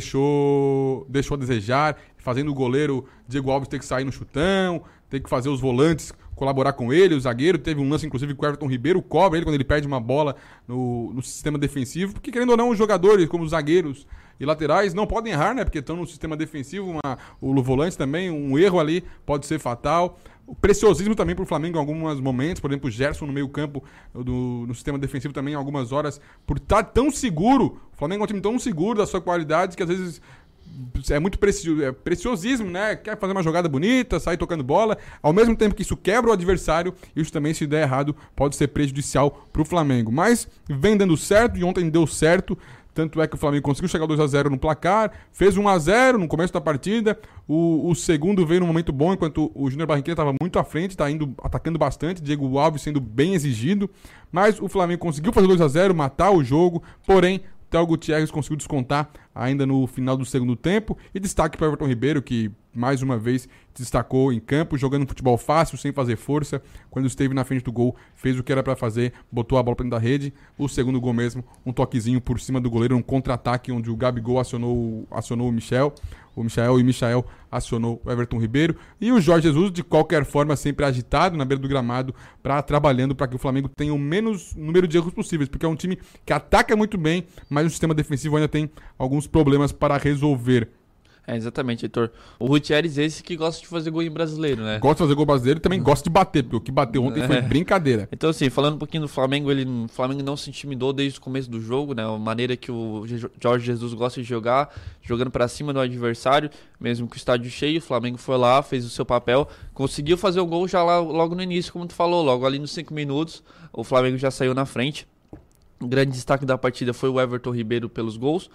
deixou a desejar, fazendo o goleiro Diego Alves ter que sair no chutão, ter que fazer os volantes colaborar com ele, o zagueiro. Teve um lance, inclusive, que o Everton Ribeiro cobra ele quando ele perde uma bola no sistema defensivo. Porque, querendo ou não, os jogadores, como os zagueiros e laterais, não podem errar, né? Porque estão no sistema defensivo, o volante também, um erro ali pode ser fatal. O preciosismo também para o Flamengo em alguns momentos, por exemplo, o Gerson no meio campo no sistema defensivo também em algumas horas, por estar tão seguro. O Flamengo é um time tão seguro da sua qualidade que às vezes é muito preciosismo, né? Quer fazer uma jogada bonita, sair tocando bola, ao mesmo tempo que isso quebra o adversário, isso também, se der errado, pode ser prejudicial para o Flamengo. Mas vem dando certo, e ontem deu certo. Tanto é que o Flamengo conseguiu chegar 2-0 no placar, fez 1-0 no começo da partida, o segundo veio num momento bom, enquanto o Júnior Barranquilla estava muito à frente, está atacando bastante, Diego Alves sendo bem exigido, mas o Flamengo conseguiu fazer 2-0, matar o jogo, porém, o Theo Gutierrez conseguiu descontar ainda no final do segundo tempo, e destaque para o Everton Ribeiro, que mais uma vez destacou em campo, jogando um futebol fácil, sem fazer força. Quando esteve na frente do gol, fez o que era para fazer, botou a bola para dentro da rede. O segundo gol mesmo, um toquezinho por cima do goleiro, um contra-ataque onde o Gabigol acionou o Michel. O Michael acionou o Everton Ribeiro. E o Jorge Jesus, de qualquer forma, sempre agitado na beira do gramado, trabalhando para que o Flamengo tenha o menos número de erros possíveis, porque é um time que ataca muito bem, mas o sistema defensivo ainda tem alguns problemas para resolver. Exatamente, Heitor. O Gutierrez esse que gosta de fazer gol em brasileiro, né? Gosta de fazer gol brasileiro e também gosta de bater, porque o que bateu ontem foi brincadeira. Então, assim, falando um pouquinho do Flamengo, o Flamengo não se intimidou desde o começo do jogo, né? A maneira que o Jorge Jesus gosta de jogar, jogando pra cima do adversário, mesmo com o estádio cheio, o Flamengo foi lá, fez o seu papel, conseguiu fazer o gol já logo no início, como tu falou, logo ali nos 5 minutos, o Flamengo já saiu na frente. O grande destaque da partida foi o Everton Ribeiro pelos gols.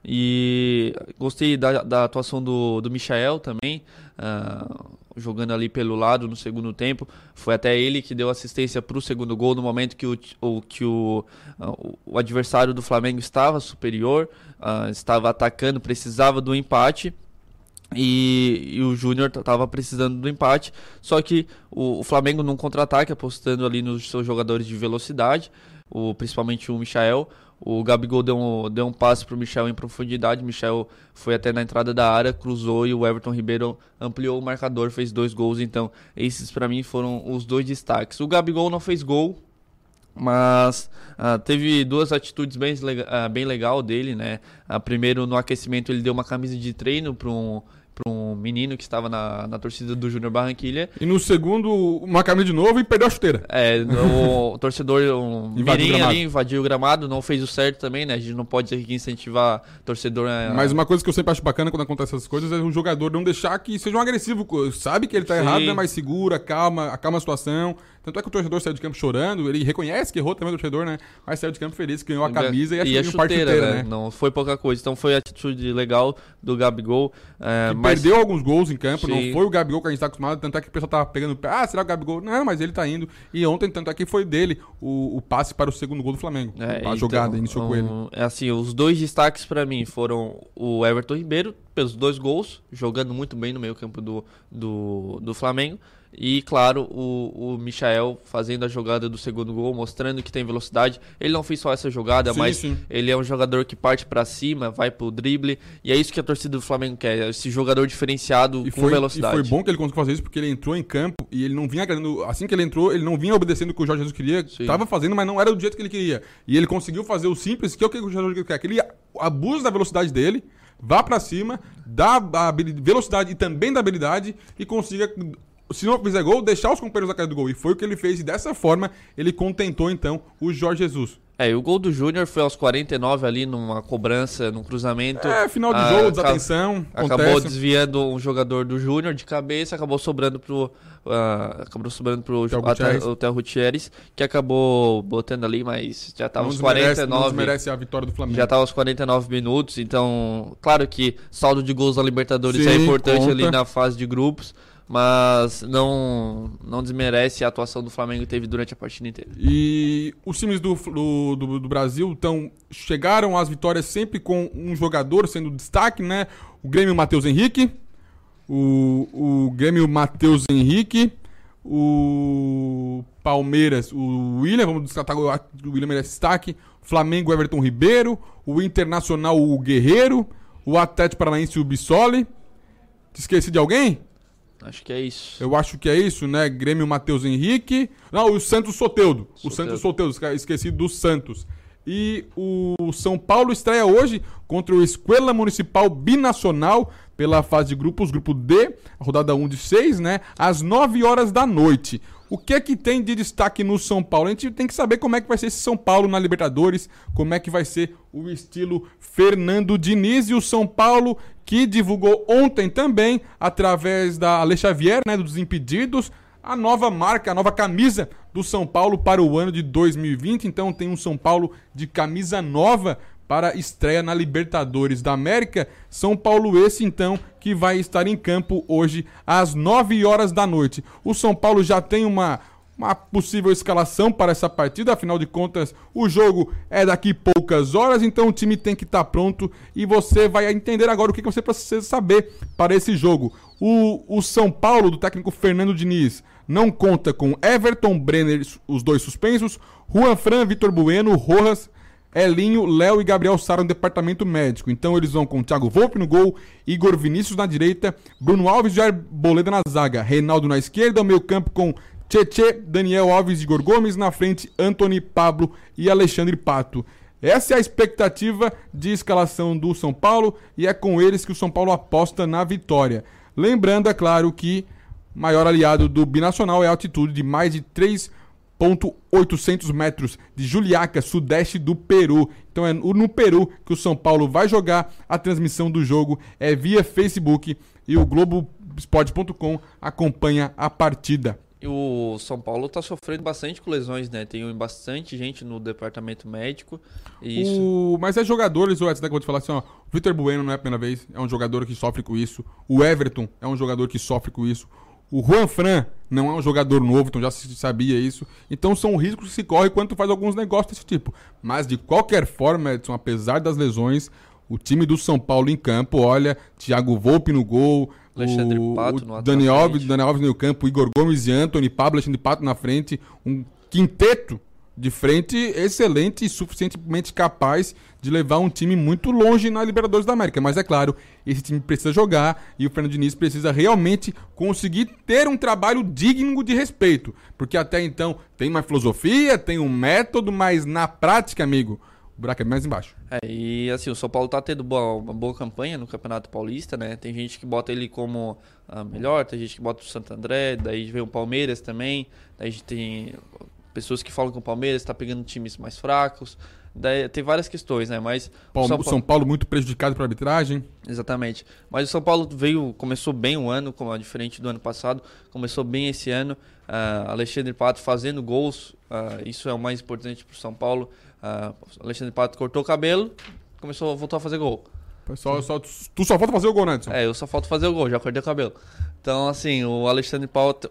E gostei da atuação do Michael também, jogando ali pelo lado no segundo tempo. Foi até ele que deu assistência para o segundo gol no momento que o adversário do Flamengo estava superior, estava atacando, precisava do empate. E o Júnior estava precisando do empate, só que o Flamengo num contra-ataque, apostando ali nos seus jogadores de velocidade, principalmente o Michael. O Gabigol deu um passe para o Michael em profundidade, o Michael foi até na entrada da área, cruzou e o Everton Ribeiro ampliou o marcador, fez 2 gols, então esses para mim foram os 2 destaques. O Gabigol não fez gol, mas teve 2 atitudes bem legal dele, né? Primeiro, no aquecimento, ele deu uma camisa de treino para um menino que estava na torcida do Júnior Barranquilla. E no segundo, uma camisa de novo e perdeu a chuteira. O torcedor, mirim ali, invadiu o gramado, não fez o certo também, né? A gente não pode aqui incentivar torcedor... Mas uma coisa que eu sempre acho bacana quando acontece essas coisas é o jogador não deixar que seja um agressivo. Sabe que ele tá errado, né? Mas segura, acalma a situação. Tanto é que o torcedor saiu de campo chorando, ele reconhece que errou também o torcedor, né? Mas saiu de campo feliz, ganhou a camisa e a chuteira, né? Não foi pouca coisa. Então foi a atitude legal do Gabigol. Perdeu alguns gols em campo, não foi o Gabigol que a gente tá acostumado, tanto é que o pessoal tava pegando o pé, será o Gabigol? Não, mas ele tá indo. E ontem, tanto é que foi dele o passe para o segundo gol do Flamengo. A jogada iniciou com ele. Assim, os 2 destaques para mim foram o Everton Ribeiro, pelos 2 gols, jogando muito bem no meio campo do Flamengo. E, claro, o Michael fazendo a jogada do segundo gol, mostrando que tem velocidade. Ele não fez só essa jogada, mas ele é um jogador que parte pra cima, vai pro drible. E é isso que a torcida do Flamengo quer, esse jogador diferenciado com velocidade. E foi bom que ele conseguiu fazer isso, porque ele entrou em campo e ele não vinha agradando. Assim que ele entrou, ele não vinha obedecendo o que o Jorge Jesus queria. Tava fazendo, mas não era do jeito que ele queria. E ele conseguiu fazer o simples, que é o que o Jorge Jesus quer. Que ele abusa da velocidade dele, vá pra cima, dá a velocidade e também da habilidade e consiga... Se não fizer gol, deixar os companheiros da cara do gol. E foi o que ele fez. E dessa forma, ele contentou, então, o Jorge Jesus. E o gol do Júnior foi aos 49 ali, numa cobrança, num cruzamento. Final de jogo, desatenção. Acabou desviando um jogador do Júnior de cabeça, acabou sobrando pro Theo Gutierrez, que acabou botando ali, mas já estava aos 49. Não desmerece a vitória do Flamengo. Já estava aos 49 minutos, então, claro que saldo de gols da Libertadores é importante ali na fase de grupos. Mas não desmerece a atuação do Flamengo que teve durante a partida inteira. E os times do Brasil chegaram às vitórias sempre com um jogador sendo destaque, né? O Grêmio Matheus Henrique, o Grêmio Matheus Henrique, o Palmeiras, o William, vamos destacar, o William merece destaque, o Flamengo, Everton Ribeiro, o Internacional, o Guerreiro, o Atlético Paranaense, o Bissoli. Te esqueci de alguém? Acho que é isso. Eu acho que é isso, né? Grêmio Matheus Henrique. Não, o Santos Soteldo. O Santos Soteldo, esqueci do Santos. E o São Paulo estreia hoje contra o Escola Municipal Binacional pela fase de grupos, grupo D, a rodada 1 de 6, né? Às 9 horas da noite. O que é que tem de destaque no São Paulo? A gente tem que saber como é que vai ser esse São Paulo na Libertadores, como é que vai ser o estilo Fernando Diniz e o São Paulo que divulgou ontem também, através da Ale Xavier, né, dos Desimpedidos, a nova marca, a nova camisa do São Paulo para o ano de 2020. Então tem um São Paulo de camisa nova para estreia na Libertadores da América. São Paulo esse, então, que vai estar em campo hoje às 9 horas da noite. O São Paulo já tem uma possível escalação para essa partida, afinal de contas, o jogo é daqui poucas horas, então o time tem que estar pronto e você vai entender agora o que você precisa saber para esse jogo. O São Paulo, do técnico Fernando Diniz, não conta com Everton, Brenner, os 2 suspensos, Juan Fran, Vitor Bueno, Rojas, Elinho, Léo e Gabriel Sara no departamento médico. Então eles vão com Thiago Volpe no gol, Igor Vinícius na direita, Bruno Alves e Jair Boleda na zaga, Reinaldo na esquerda, meio campo com Tchê, Daniel Alves e Igor Gomes, na frente Antony, Pablo e Alexandre Pato. Essa é a expectativa de escalação do São Paulo e é com eles que o São Paulo aposta na vitória. Lembrando, é claro, que o maior aliado do Binacional é a altitude de mais de 3.800 metros de Juliaca, sudeste do Peru. Então é no Peru que o São Paulo vai jogar. A transmissão do jogo é via Facebook e o Globoesporte.com acompanha a partida. E o São Paulo tá sofrendo bastante com lesões, né? Tem bastante gente no departamento médico. Mas é jogadores, o Edson, que eu vou te falar assim, ó. O Vitor Bueno não é a primeira vez, é um jogador que sofre com isso. O Everton é um jogador que sofre com isso. O Juan Fran não é um jogador novo, então já se sabia isso. Então são riscos que se correm quando tu faz alguns negócios desse tipo. Mas de qualquer forma, Edson, apesar das lesões, O time do São Paulo em campo, olha, Thiago Volpi no gol, Alexandre Pato no Dani Alves no campo, Igor Gomes e Antony, Pablo, Alexandre Pato na frente, um quinteto de frente excelente e suficientemente capaz de levar um time muito longe na Libertadores da América. Mas é claro, esse time precisa jogar e o Fernando Diniz precisa realmente conseguir ter um trabalho digno de respeito. Porque até então tem uma filosofia, tem um método, mas na prática, amigo, o buraco é mais embaixo. E assim, o São Paulo tá tendo uma boa campanha no Campeonato Paulista, né? Tem gente que bota ele como melhor, tem gente que bota o Santo André, daí vem o Palmeiras também, daí a gente tem pessoas que falam que o Palmeiras está pegando times mais fracos. Daí, tem várias questões, né? Mas o São Paulo muito prejudicado pela arbitragem. Exatamente. Mas o São Paulo começou bem o ano, como diferente do ano passado. Começou bem esse ano. Alexandre Pato fazendo gols. Isso é o mais importante para o São Paulo. Alexandre Pato cortou o cabelo, voltou a fazer gol. Pessoal, tu só falta fazer o gol, né, Edson? Eu só falta fazer o gol, já cortei o cabelo. Então, assim, o Alexandre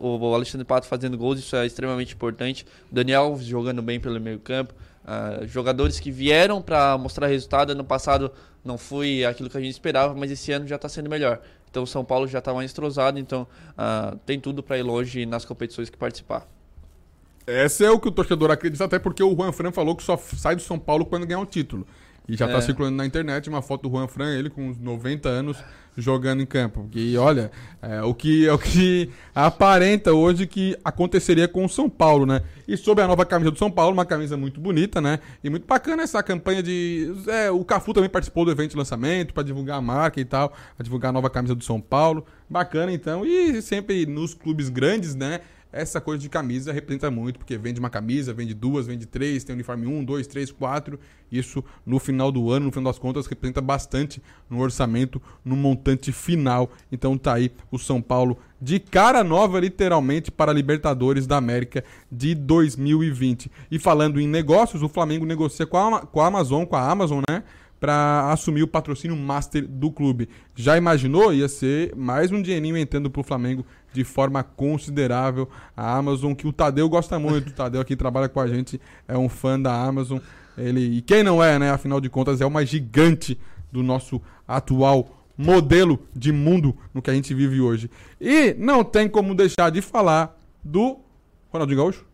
Pato fazendo gols, isso é extremamente importante. O Daniel Alves jogando bem pelo meio campo. Jogadores que vieram para mostrar resultado. Ano passado não foi aquilo que a gente esperava, mas esse ano já está sendo melhor. Então, o São Paulo já está mais entrosado, então tem tudo para ir longe nas competições que participar. Esse é o que o torcedor acredita, até porque o Juan Fran falou que só sai do São Paulo quando ganhar um título. E já tá circulando na internet uma foto do Juan Fran, ele com uns 90 anos jogando em campo. E olha, é o que aparenta hoje que aconteceria com o São Paulo, né? E sobre a nova camisa do São Paulo, uma camisa muito bonita, né? E muito bacana essa campanha de... o Cafu também participou do evento de lançamento para divulgar a marca e tal, para divulgar a nova camisa do São Paulo. Bacana, então. E sempre nos clubes grandes, né? Essa coisa de camisa representa muito, porque vende uma camisa, vende duas, vende três, tem uniforme 1, 2, 3, 4. Isso no final do ano, no final das contas, representa bastante no orçamento, no montante final. Então tá aí o São Paulo de cara nova, literalmente, para a Libertadores da América de 2020. E falando em negócios, o Flamengo negocia com a Amazon, né? Para assumir o patrocínio master do clube. Já imaginou? Ia ser mais um dinheirinho entrando pro Flamengo de forma considerável. A Amazon, que o Tadeu gosta muito. O Tadeu aqui trabalha com a gente, é um fã da Amazon. E quem não é, né? Afinal de contas, é uma gigante do nosso atual modelo de mundo no que a gente vive hoje. E não tem como deixar de falar do Ronaldinho Gaúcho.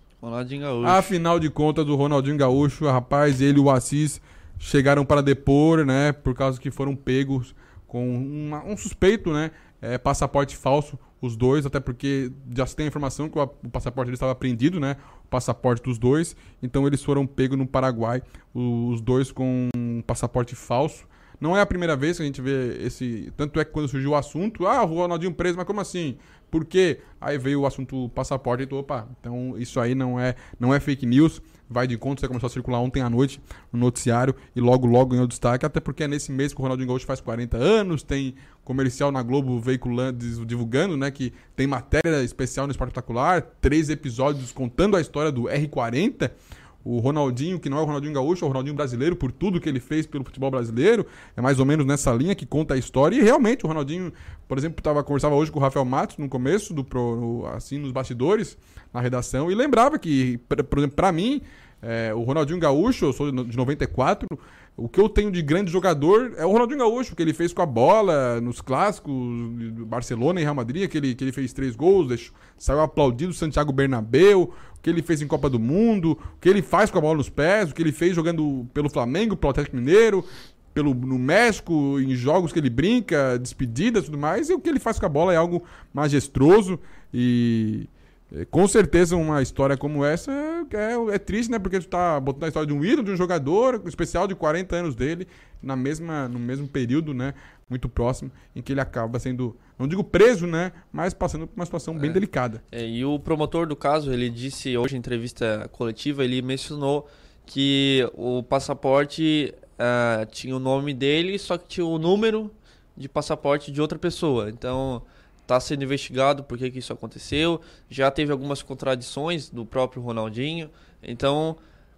Afinal de contas, o Ronaldinho Gaúcho, rapaz, ele e o Assis chegaram para depor, né, por causa que foram pegos com um suspeito, né, passaporte falso, os dois, até porque já se tem a informação que o passaporte deles estava apreendido, né, o passaporte dos dois, então eles foram pegos no Paraguai, os dois com um passaporte falso. Não é a primeira vez que a gente vê esse... Tanto é que quando surgiu o assunto, o Ronaldinho preso, mas como assim? Por quê? Aí veio o assunto passaporte e opa, então isso aí não é fake news, vai de conta, você começou a circular ontem à noite no noticiário e logo ganhou destaque, até porque é nesse mês que o Ronaldinho Gaúcho faz 40 anos, tem comercial na Globo veiculando, divulgando, né, que tem matéria especial no Esporte Espetacular, 3 episódios contando a história do R40, o Ronaldinho, que não é o Ronaldinho Gaúcho, é o Ronaldinho brasileiro, por tudo que ele fez pelo futebol brasileiro, é mais ou menos nessa linha que conta a história, e realmente o Ronaldinho, por exemplo, conversava hoje com o Rafael Matos no começo, assim, nos bastidores, na redação, e lembrava que, por exemplo, pra mim, o Ronaldinho Gaúcho, eu sou de 94, o que eu tenho de grande jogador é o Ronaldinho Gaúcho, que ele fez com a bola nos clássicos, Barcelona e Real Madrid, que ele fez 3 gols, saiu aplaudido Santiago Bernabéu, o que ele fez em Copa do Mundo, o que ele faz com a bola nos pés, o que ele fez jogando pelo Flamengo, pelo Atlético Mineiro, no México, em jogos que ele brinca, despedidas e tudo mais, e o que ele faz com a bola é algo majestoso e... Com certeza uma história como essa é triste, né? Porque tu tá botando a história de um ídolo, de um jogador especial de 40 anos dele, no mesmo período, né? Muito próximo, em que ele acaba sendo, não digo preso, né? Mas passando por uma situação bem delicada. E o promotor do caso, ele disse hoje em entrevista coletiva, ele mencionou que o passaporte tinha o nome dele, só que tinha o número de passaporte de outra pessoa. Então... está sendo investigado por que isso aconteceu. Já teve algumas contradições do próprio Ronaldinho. Então,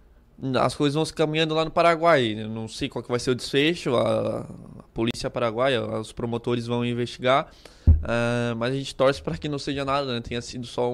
as coisas vão se caminhando lá no Paraguai. Eu não sei qual que vai ser o desfecho. A polícia paraguaia, os promotores vão investigar. Mas a gente torce para que não seja nada, né? Tenha sido só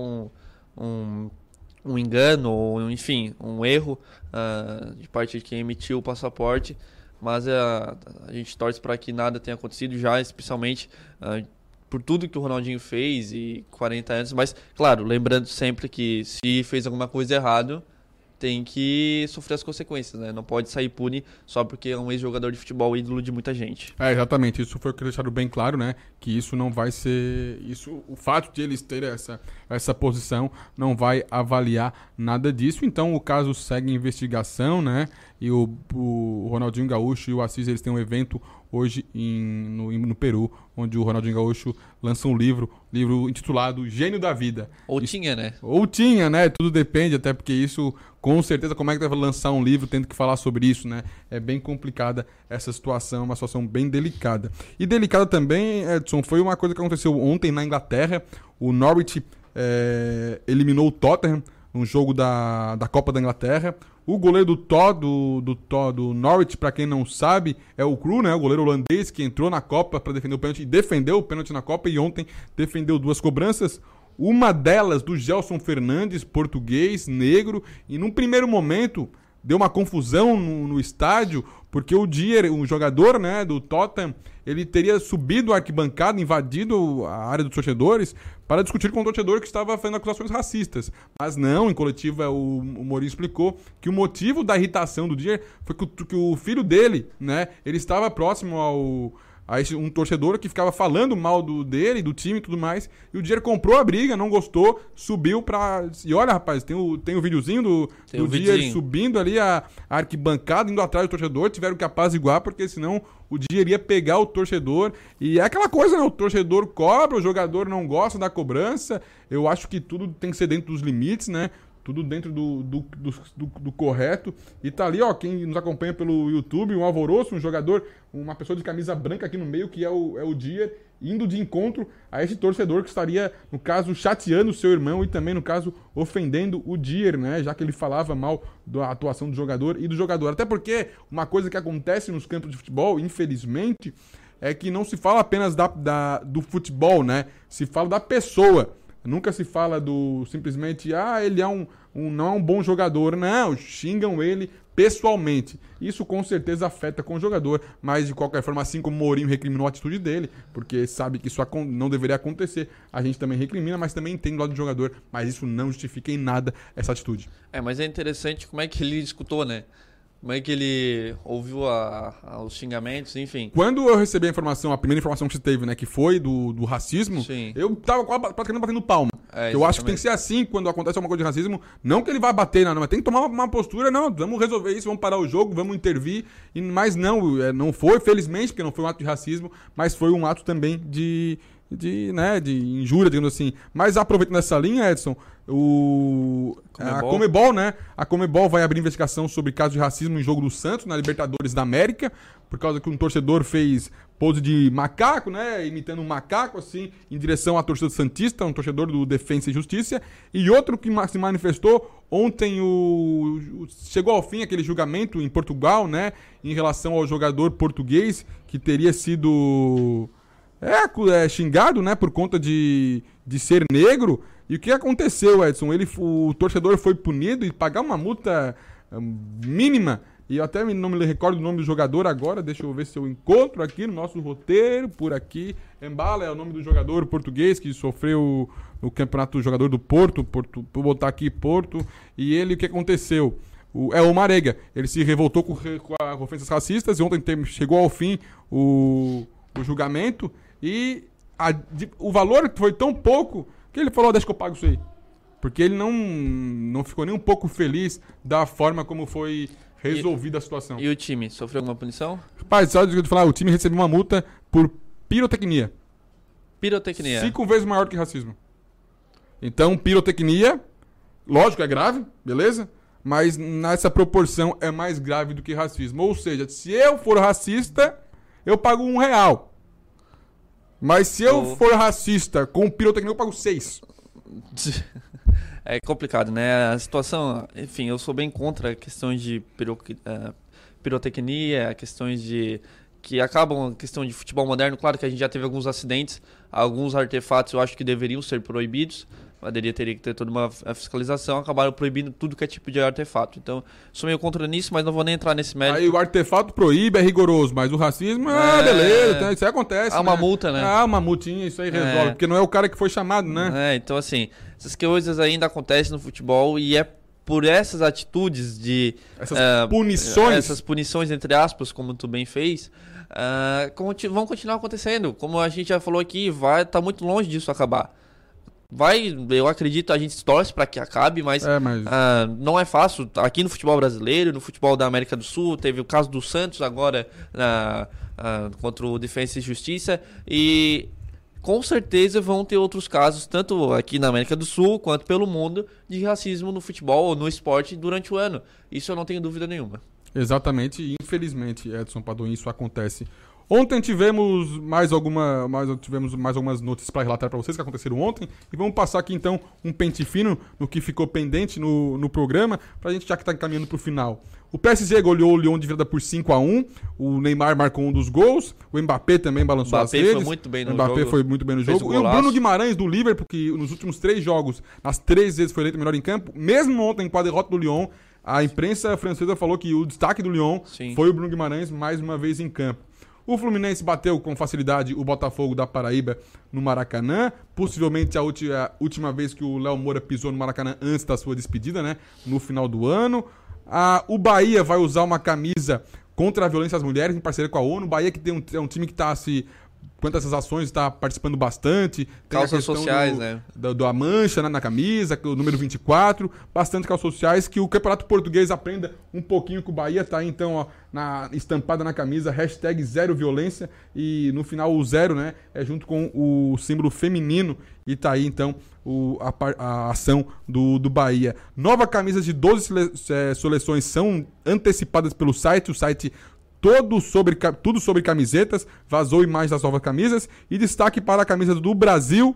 um engano, ou enfim, um erro de parte de quem emitiu o passaporte. mas a gente torce para que nada tenha acontecido já, especialmente por tudo que o Ronaldinho fez e 40 anos. Mas, claro, lembrando sempre que se fez alguma coisa errada, tem que sofrer as consequências, né? Não pode sair impune só porque é um ex-jogador de futebol ídolo de muita gente. Exatamente. Isso foi deixado bem claro, né? Que isso não vai ser... o fato de eles terem essa posição não vai avaliar nada disso. Então, o caso segue em investigação, né? E o Ronaldinho Gaúcho e o Assis, eles têm um evento hoje no Peru, onde o Ronaldinho Gaúcho lança um livro intitulado Gênio da Vida. Tinha, né? Ou tinha, né? Tudo depende, até porque isso, com certeza, como é que deve lançar um livro tendo que falar sobre isso, né? É bem complicada essa situação, uma situação bem delicada. E delicada também, Edson, foi uma coisa que aconteceu ontem na Inglaterra. O Norwich eliminou o Tottenham num jogo da Copa da Inglaterra. O goleiro do Norwich, para quem não sabe, é o Krul, né? O goleiro holandês que entrou na Copa para defender o pênalti e defendeu o pênalti na Copa, e ontem defendeu 2 cobranças. Uma delas do Gelson Fernandes, português, negro, e num primeiro momento deu uma confusão no estádio, porque o Dier, um jogador, né, do Tottenham, ele teria subido a arquibancada, invadido a área dos torcedores para discutir com o torcedor que estava fazendo acusações racistas. Mas não, em coletiva o Mourinho explicou que o motivo da irritação do Dier foi que o filho dele, né, ele estava próximo a um torcedor que ficava falando mal dele, do time e tudo mais, e o Dier comprou a briga, não gostou, subiu pra... E olha, rapaz, tem o videozinho do Dier subindo ali a arquibancada, indo atrás do torcedor, tiveram que apaziguar, porque senão o Dier ia pegar o torcedor, e é aquela coisa, né, o torcedor cobra, o jogador não gosta da cobrança. Eu acho que tudo tem que ser dentro dos limites, né, tudo dentro do correto. E tá ali, ó, quem nos acompanha pelo YouTube, um alvoroço, um jogador, uma pessoa de camisa branca aqui no meio, que é o Dier, indo de encontro a esse torcedor que estaria, no caso, chateando o seu irmão e também, no caso, ofendendo o Dier, né? Já que ele falava mal da atuação do jogador e do jogador. Até porque uma coisa que acontece nos campos de futebol, infelizmente, é que não se fala apenas do futebol, né? Se fala da pessoa. Nunca se fala simplesmente, ele não é um bom jogador. Não, xingam ele pessoalmente. Isso com certeza afeta com o jogador, mas de qualquer forma, assim como o Mourinho recriminou a atitude dele, porque sabe que isso não deveria acontecer, a gente também recrimina, mas também entende do lado do jogador, mas isso não justifica em nada essa atitude. Mas é interessante como é que ele escutou, né? Como é que ele ouviu os xingamentos, enfim. Quando eu recebi a primeira informação que você teve, né, que foi do racismo, sim, eu tava praticamente batendo palma. Eu acho que tem que ser assim quando acontece alguma coisa de racismo. Não que ele vai bater, não, mas tem que tomar uma postura, não, vamos resolver isso, vamos parar o jogo, vamos intervir. Mas não foi, felizmente, porque não foi um ato de racismo, mas foi um ato também de injúria, digamos assim. Mas aproveitando essa linha, Edson, a Conmebol, né? A Conmebol vai abrir investigação sobre caso de racismo em jogo do Santos, na Libertadores da América, por causa que um torcedor fez pose de macaco, né? Imitando um macaco, assim, em direção à torcida santista, um torcedor do Defensa e Justiça. E outro que se manifestou ontem, chegou ao fim aquele julgamento em Portugal, né? Em relação ao jogador português que teria sido... xingado, né, por conta de ser negro. E o que aconteceu, Edson? O torcedor foi punido e pagar uma multa mínima. E eu até não me recordo o nome do jogador agora. Deixa eu ver se eu encontro aqui no nosso roteiro, por aqui. Embala é o nome do jogador português que sofreu no campeonato do jogador do Porto. Vou botar aqui Porto. E ele, o que aconteceu? O Marega. Ele se revoltou com as ofensas racistas. E ontem chegou ao fim o julgamento. E o valor foi tão pouco que ele falou, deixa que eu pago isso aí. Porque ele não ficou nem um pouco feliz da forma como foi resolvida a situação. E o time, sofreu alguma punição? Rapaz, sabe o que eu te falar? O time recebeu uma multa por pirotecnia. Pirotecnia? 5 vezes maior que racismo. Então, pirotecnia, lógico, é grave, beleza? Mas nessa proporção é mais grave do que racismo. Ou seja, se eu for racista, eu pago R$1. Mas se eu for racista com pirotecnia, eu pago 6. É complicado, né? A situação... Enfim, eu sou bem contra questões de pirotecnia, questões de que acabam a questão de futebol moderno. Claro que a gente já teve alguns acidentes, alguns artefatos eu acho que deveriam ser proibidos, teria que ter toda uma fiscalização, acabaram proibindo tudo que é tipo de artefato. Então, sou meio contra nisso, mas não vou nem entrar nesse mérito. Aí o artefato proíbe, é rigoroso, mas o racismo, beleza, então, isso aí acontece. Há uma multa, né? Uma multinha, isso aí resolve, porque não é o cara que foi chamado, né? Então assim, essas coisas ainda acontecem no futebol e é por essas atitudes de... Essas punições, entre aspas, como tu bem fez, vão continuar acontecendo. Como a gente já falou aqui, tá muito longe disso acabar. Eu acredito, a gente torce para que acabe, mas não é fácil. Aqui no futebol brasileiro, no futebol da América do Sul, teve o caso do Santos agora contra o Defensa e Justiça, e com certeza vão ter outros casos, tanto aqui na América do Sul quanto pelo mundo, de racismo no futebol ou no esporte durante o ano. Isso eu não tenho dúvida nenhuma. Exatamente, e infelizmente, Edson Padoim, isso acontece. Ontem tivemos mais algumas notícias para relatar para vocês que aconteceram ontem, e vamos passar aqui então um pente fino no que ficou pendente no programa, para a gente já que está encaminhando para o final. O PSG goleou o Lyon de virada por 5-1, o Neymar marcou um dos gols, o Mbappé também balançou as redes. Foi muito bem no Mbappé jogo. foi muito bem no jogo. E o Bruno Guimarães do Liverpool, que nos últimos 3 jogos, nas 3 vezes foi eleito melhor em campo, mesmo ontem com a derrota do Lyon, a imprensa francesa falou que o destaque do Lyon foi o Bruno Guimarães mais uma vez em campo. O Fluminense bateu com facilidade o Botafogo da Paraíba no Maracanã, possivelmente a última vez que o Léo Moura pisou no Maracanã antes da sua despedida, né, no final do ano. O Bahia vai usar uma camisa contra a violência às mulheres em parceria com a ONU. O Bahia que é um time que está quanto a essas ações, está participando bastante. Tem causas sociais, né? Da mancha na camisa, o número 24, bastante causas sociais, que o Campeonato Português aprenda um pouquinho com o Bahia, tá aí então estampada na camisa, #0violência, e no final o 0, né, é junto com o símbolo feminino, e tá aí então a ação do Bahia. Nova camisa de 12 seleções são antecipadas pelo site, o site tudo sobre camisetas, vazou imagens das novas camisas, e destaque para a camisa do Brasil,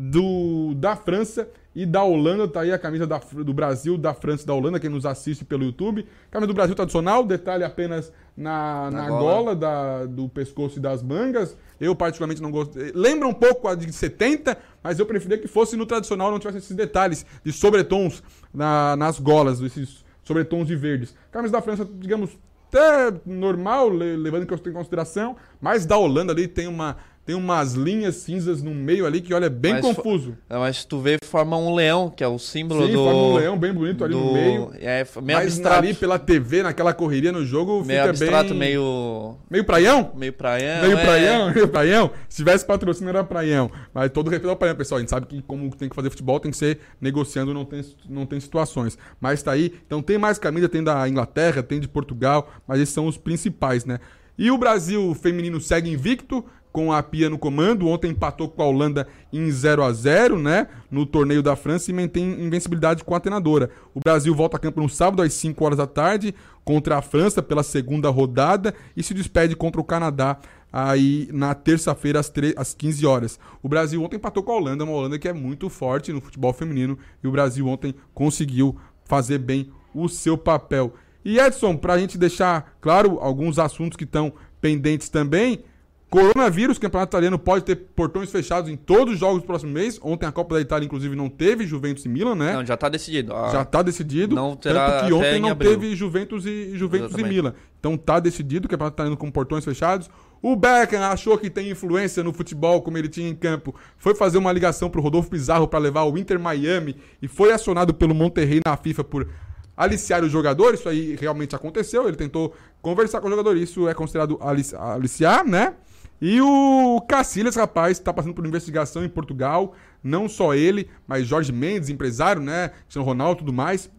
da França e da Holanda. Tá aí a camisa do Brasil, da França e da Holanda, quem nos assiste pelo YouTube. Camisa do Brasil tradicional, detalhe apenas na gola do pescoço e das mangas. Eu particularmente não gosto. Lembra um pouco a de 70, mas eu preferia que fosse no tradicional, não tivesse esses detalhes de sobretons nas golas, esses sobretons de verdes. Camisa da França, digamos, até normal, levando em consideração, mas da Holanda ali tem umas linhas cinzas no meio ali que, olha, é bem confuso. Mas tu vê, forma um leão, que é o símbolo Sim, forma um leão bem bonito ali no meio. Meio mas abstrato. Ali pela TV, naquela correria no jogo, meio fica abstrato, bem... Meio praião? Meio praião. Meio praião. Se tivesse patrocínio era praião. Mas todo respeito ao praião, pessoal. A gente sabe que como tem que fazer futebol tem que ser negociando, não tem situações. Mas tá aí. Então tem mais camisa, tem da Inglaterra, tem de Portugal, mas esses são os principais, né? E o Brasil feminino segue invicto, com a Pia no comando. Ontem empatou com a Holanda em 0-0, né, no torneio da França, e mantém invencibilidade com a treinadora. O Brasil volta a campo no sábado às 5 horas da tarde contra a França pela segunda rodada e se despede contra o Canadá aí na terça-feira às 15 horas. O Brasil ontem empatou com a Holanda, uma Holanda que é muito forte no futebol feminino, e o Brasil ontem conseguiu fazer bem o seu papel. E Edson, para a gente deixar claro alguns assuntos que estão pendentes também, coronavírus, o campeonato italiano pode ter portões fechados em todos os jogos do próximo mês. Ontem a Copa da Itália, inclusive, não teve Juventus e Milan, né? Não, já está decidido. Já está decidido. Não terá, tanto que ontem não abril. teve Juventus e Milan. Então está decidido, o campeonato italiano com portões fechados. O Beckham achou que tem influência no futebol, como ele tinha em campo. Foi fazer uma ligação para o Rodolfo Pizarro para levar o Inter Miami e foi acionado pelo Monterrey na FIFA por aliciar o jogador. Isso aí realmente aconteceu. Ele tentou conversar com o jogador. Isso é considerado aliciar, né? E o Cacilhas, rapaz, está passando por investigação em Portugal. Não só ele, mas Jorge Mendes, empresário, né? Cristiano Ronaldo e tudo mais,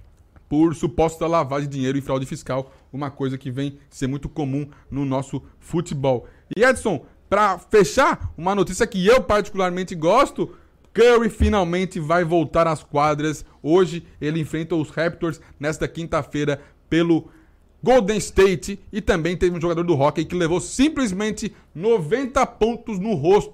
por suposta lavagem de dinheiro e fraude fiscal. Uma coisa que vem ser muito comum no nosso futebol. E Edson, para fechar, uma notícia que eu particularmente gosto: Curry finalmente vai voltar às quadras. Hoje ele enfrenta os Raptors nesta quinta-feira pelo Golden State, e também teve um jogador do hockey que levou simplesmente 90 pontos no rosto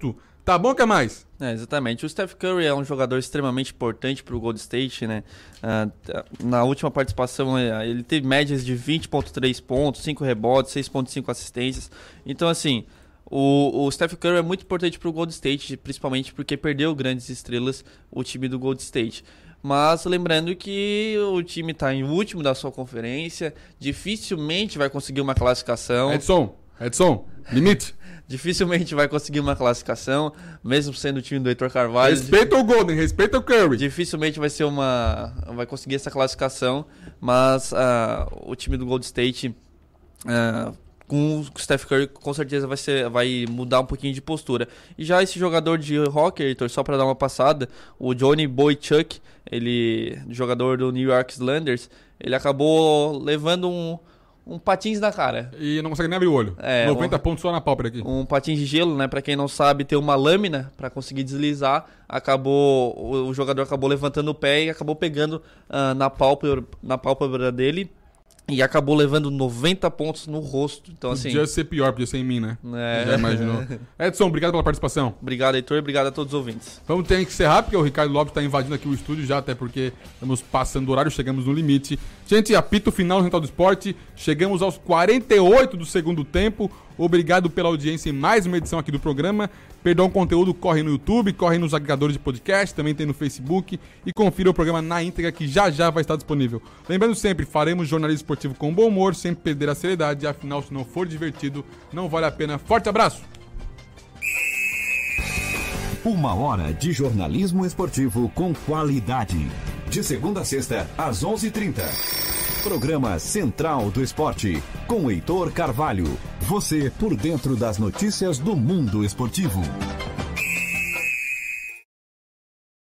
Tá bom, quer mais? Exatamente. O Steph Curry é um jogador extremamente importante para o Golden State, né? Na última participação, ele teve médias de 20,3 pontos, 5 rebotes, 6,5 assistências. Então, assim, o Steph Curry é muito importante para o Golden State, principalmente porque perdeu grandes estrelas o time do Golden State. Mas lembrando que o time está em último da sua conferência, dificilmente vai conseguir uma classificação. Edson, limite. Dificilmente vai conseguir uma classificação, mesmo sendo o time do Heitor Carvalho. Respeita o Golden, respeita o Curry. Dificilmente vai conseguir essa classificação, mas o time do Golden State, com o Steph Curry, com certeza vai mudar um pouquinho de postura. E já esse jogador de hockey, Heitor, só para dar uma passada, o Johnny Boychuk, ele, jogador do New York Islanders, ele acabou levando um patins na cara. E não consegue nem abrir o olho. 90 pontos só na pálpebra aqui. Um patins de gelo, né? Pra quem não sabe, tem uma lâmina pra conseguir deslizar. O jogador acabou levantando o pé e acabou pegando na pálpebra dele. E acabou levando 90 pontos no rosto. Então, assim, podia ser pior, podia ser em mim, né? Já imaginou. Edson, obrigado pela participação. Obrigado, Heitor, e obrigado a todos os ouvintes. Vamos ter que encerrar, porque o Ricardo Lopes está invadindo aqui o estúdio já, até porque estamos passando o horário, chegamos no limite. Gente, apito final no Central do Esporte. Chegamos aos 48 do segundo tempo. Obrigado pela audiência em mais uma edição aqui do programa. Perdão, o conteúdo corre no YouTube, corre nos agregadores de podcast, também tem no Facebook. E confira o programa na íntegra que já vai estar disponível. Lembrando sempre, faremos jornalismo esportivo com bom humor, sem perder a seriedade. Afinal, se não for divertido, não vale a pena. Forte abraço! 1 hora de jornalismo esportivo com qualidade. De segunda a sexta, às 11h30. Programa Central do Esporte, com Heitor Carvalho. Você por dentro das notícias do mundo esportivo.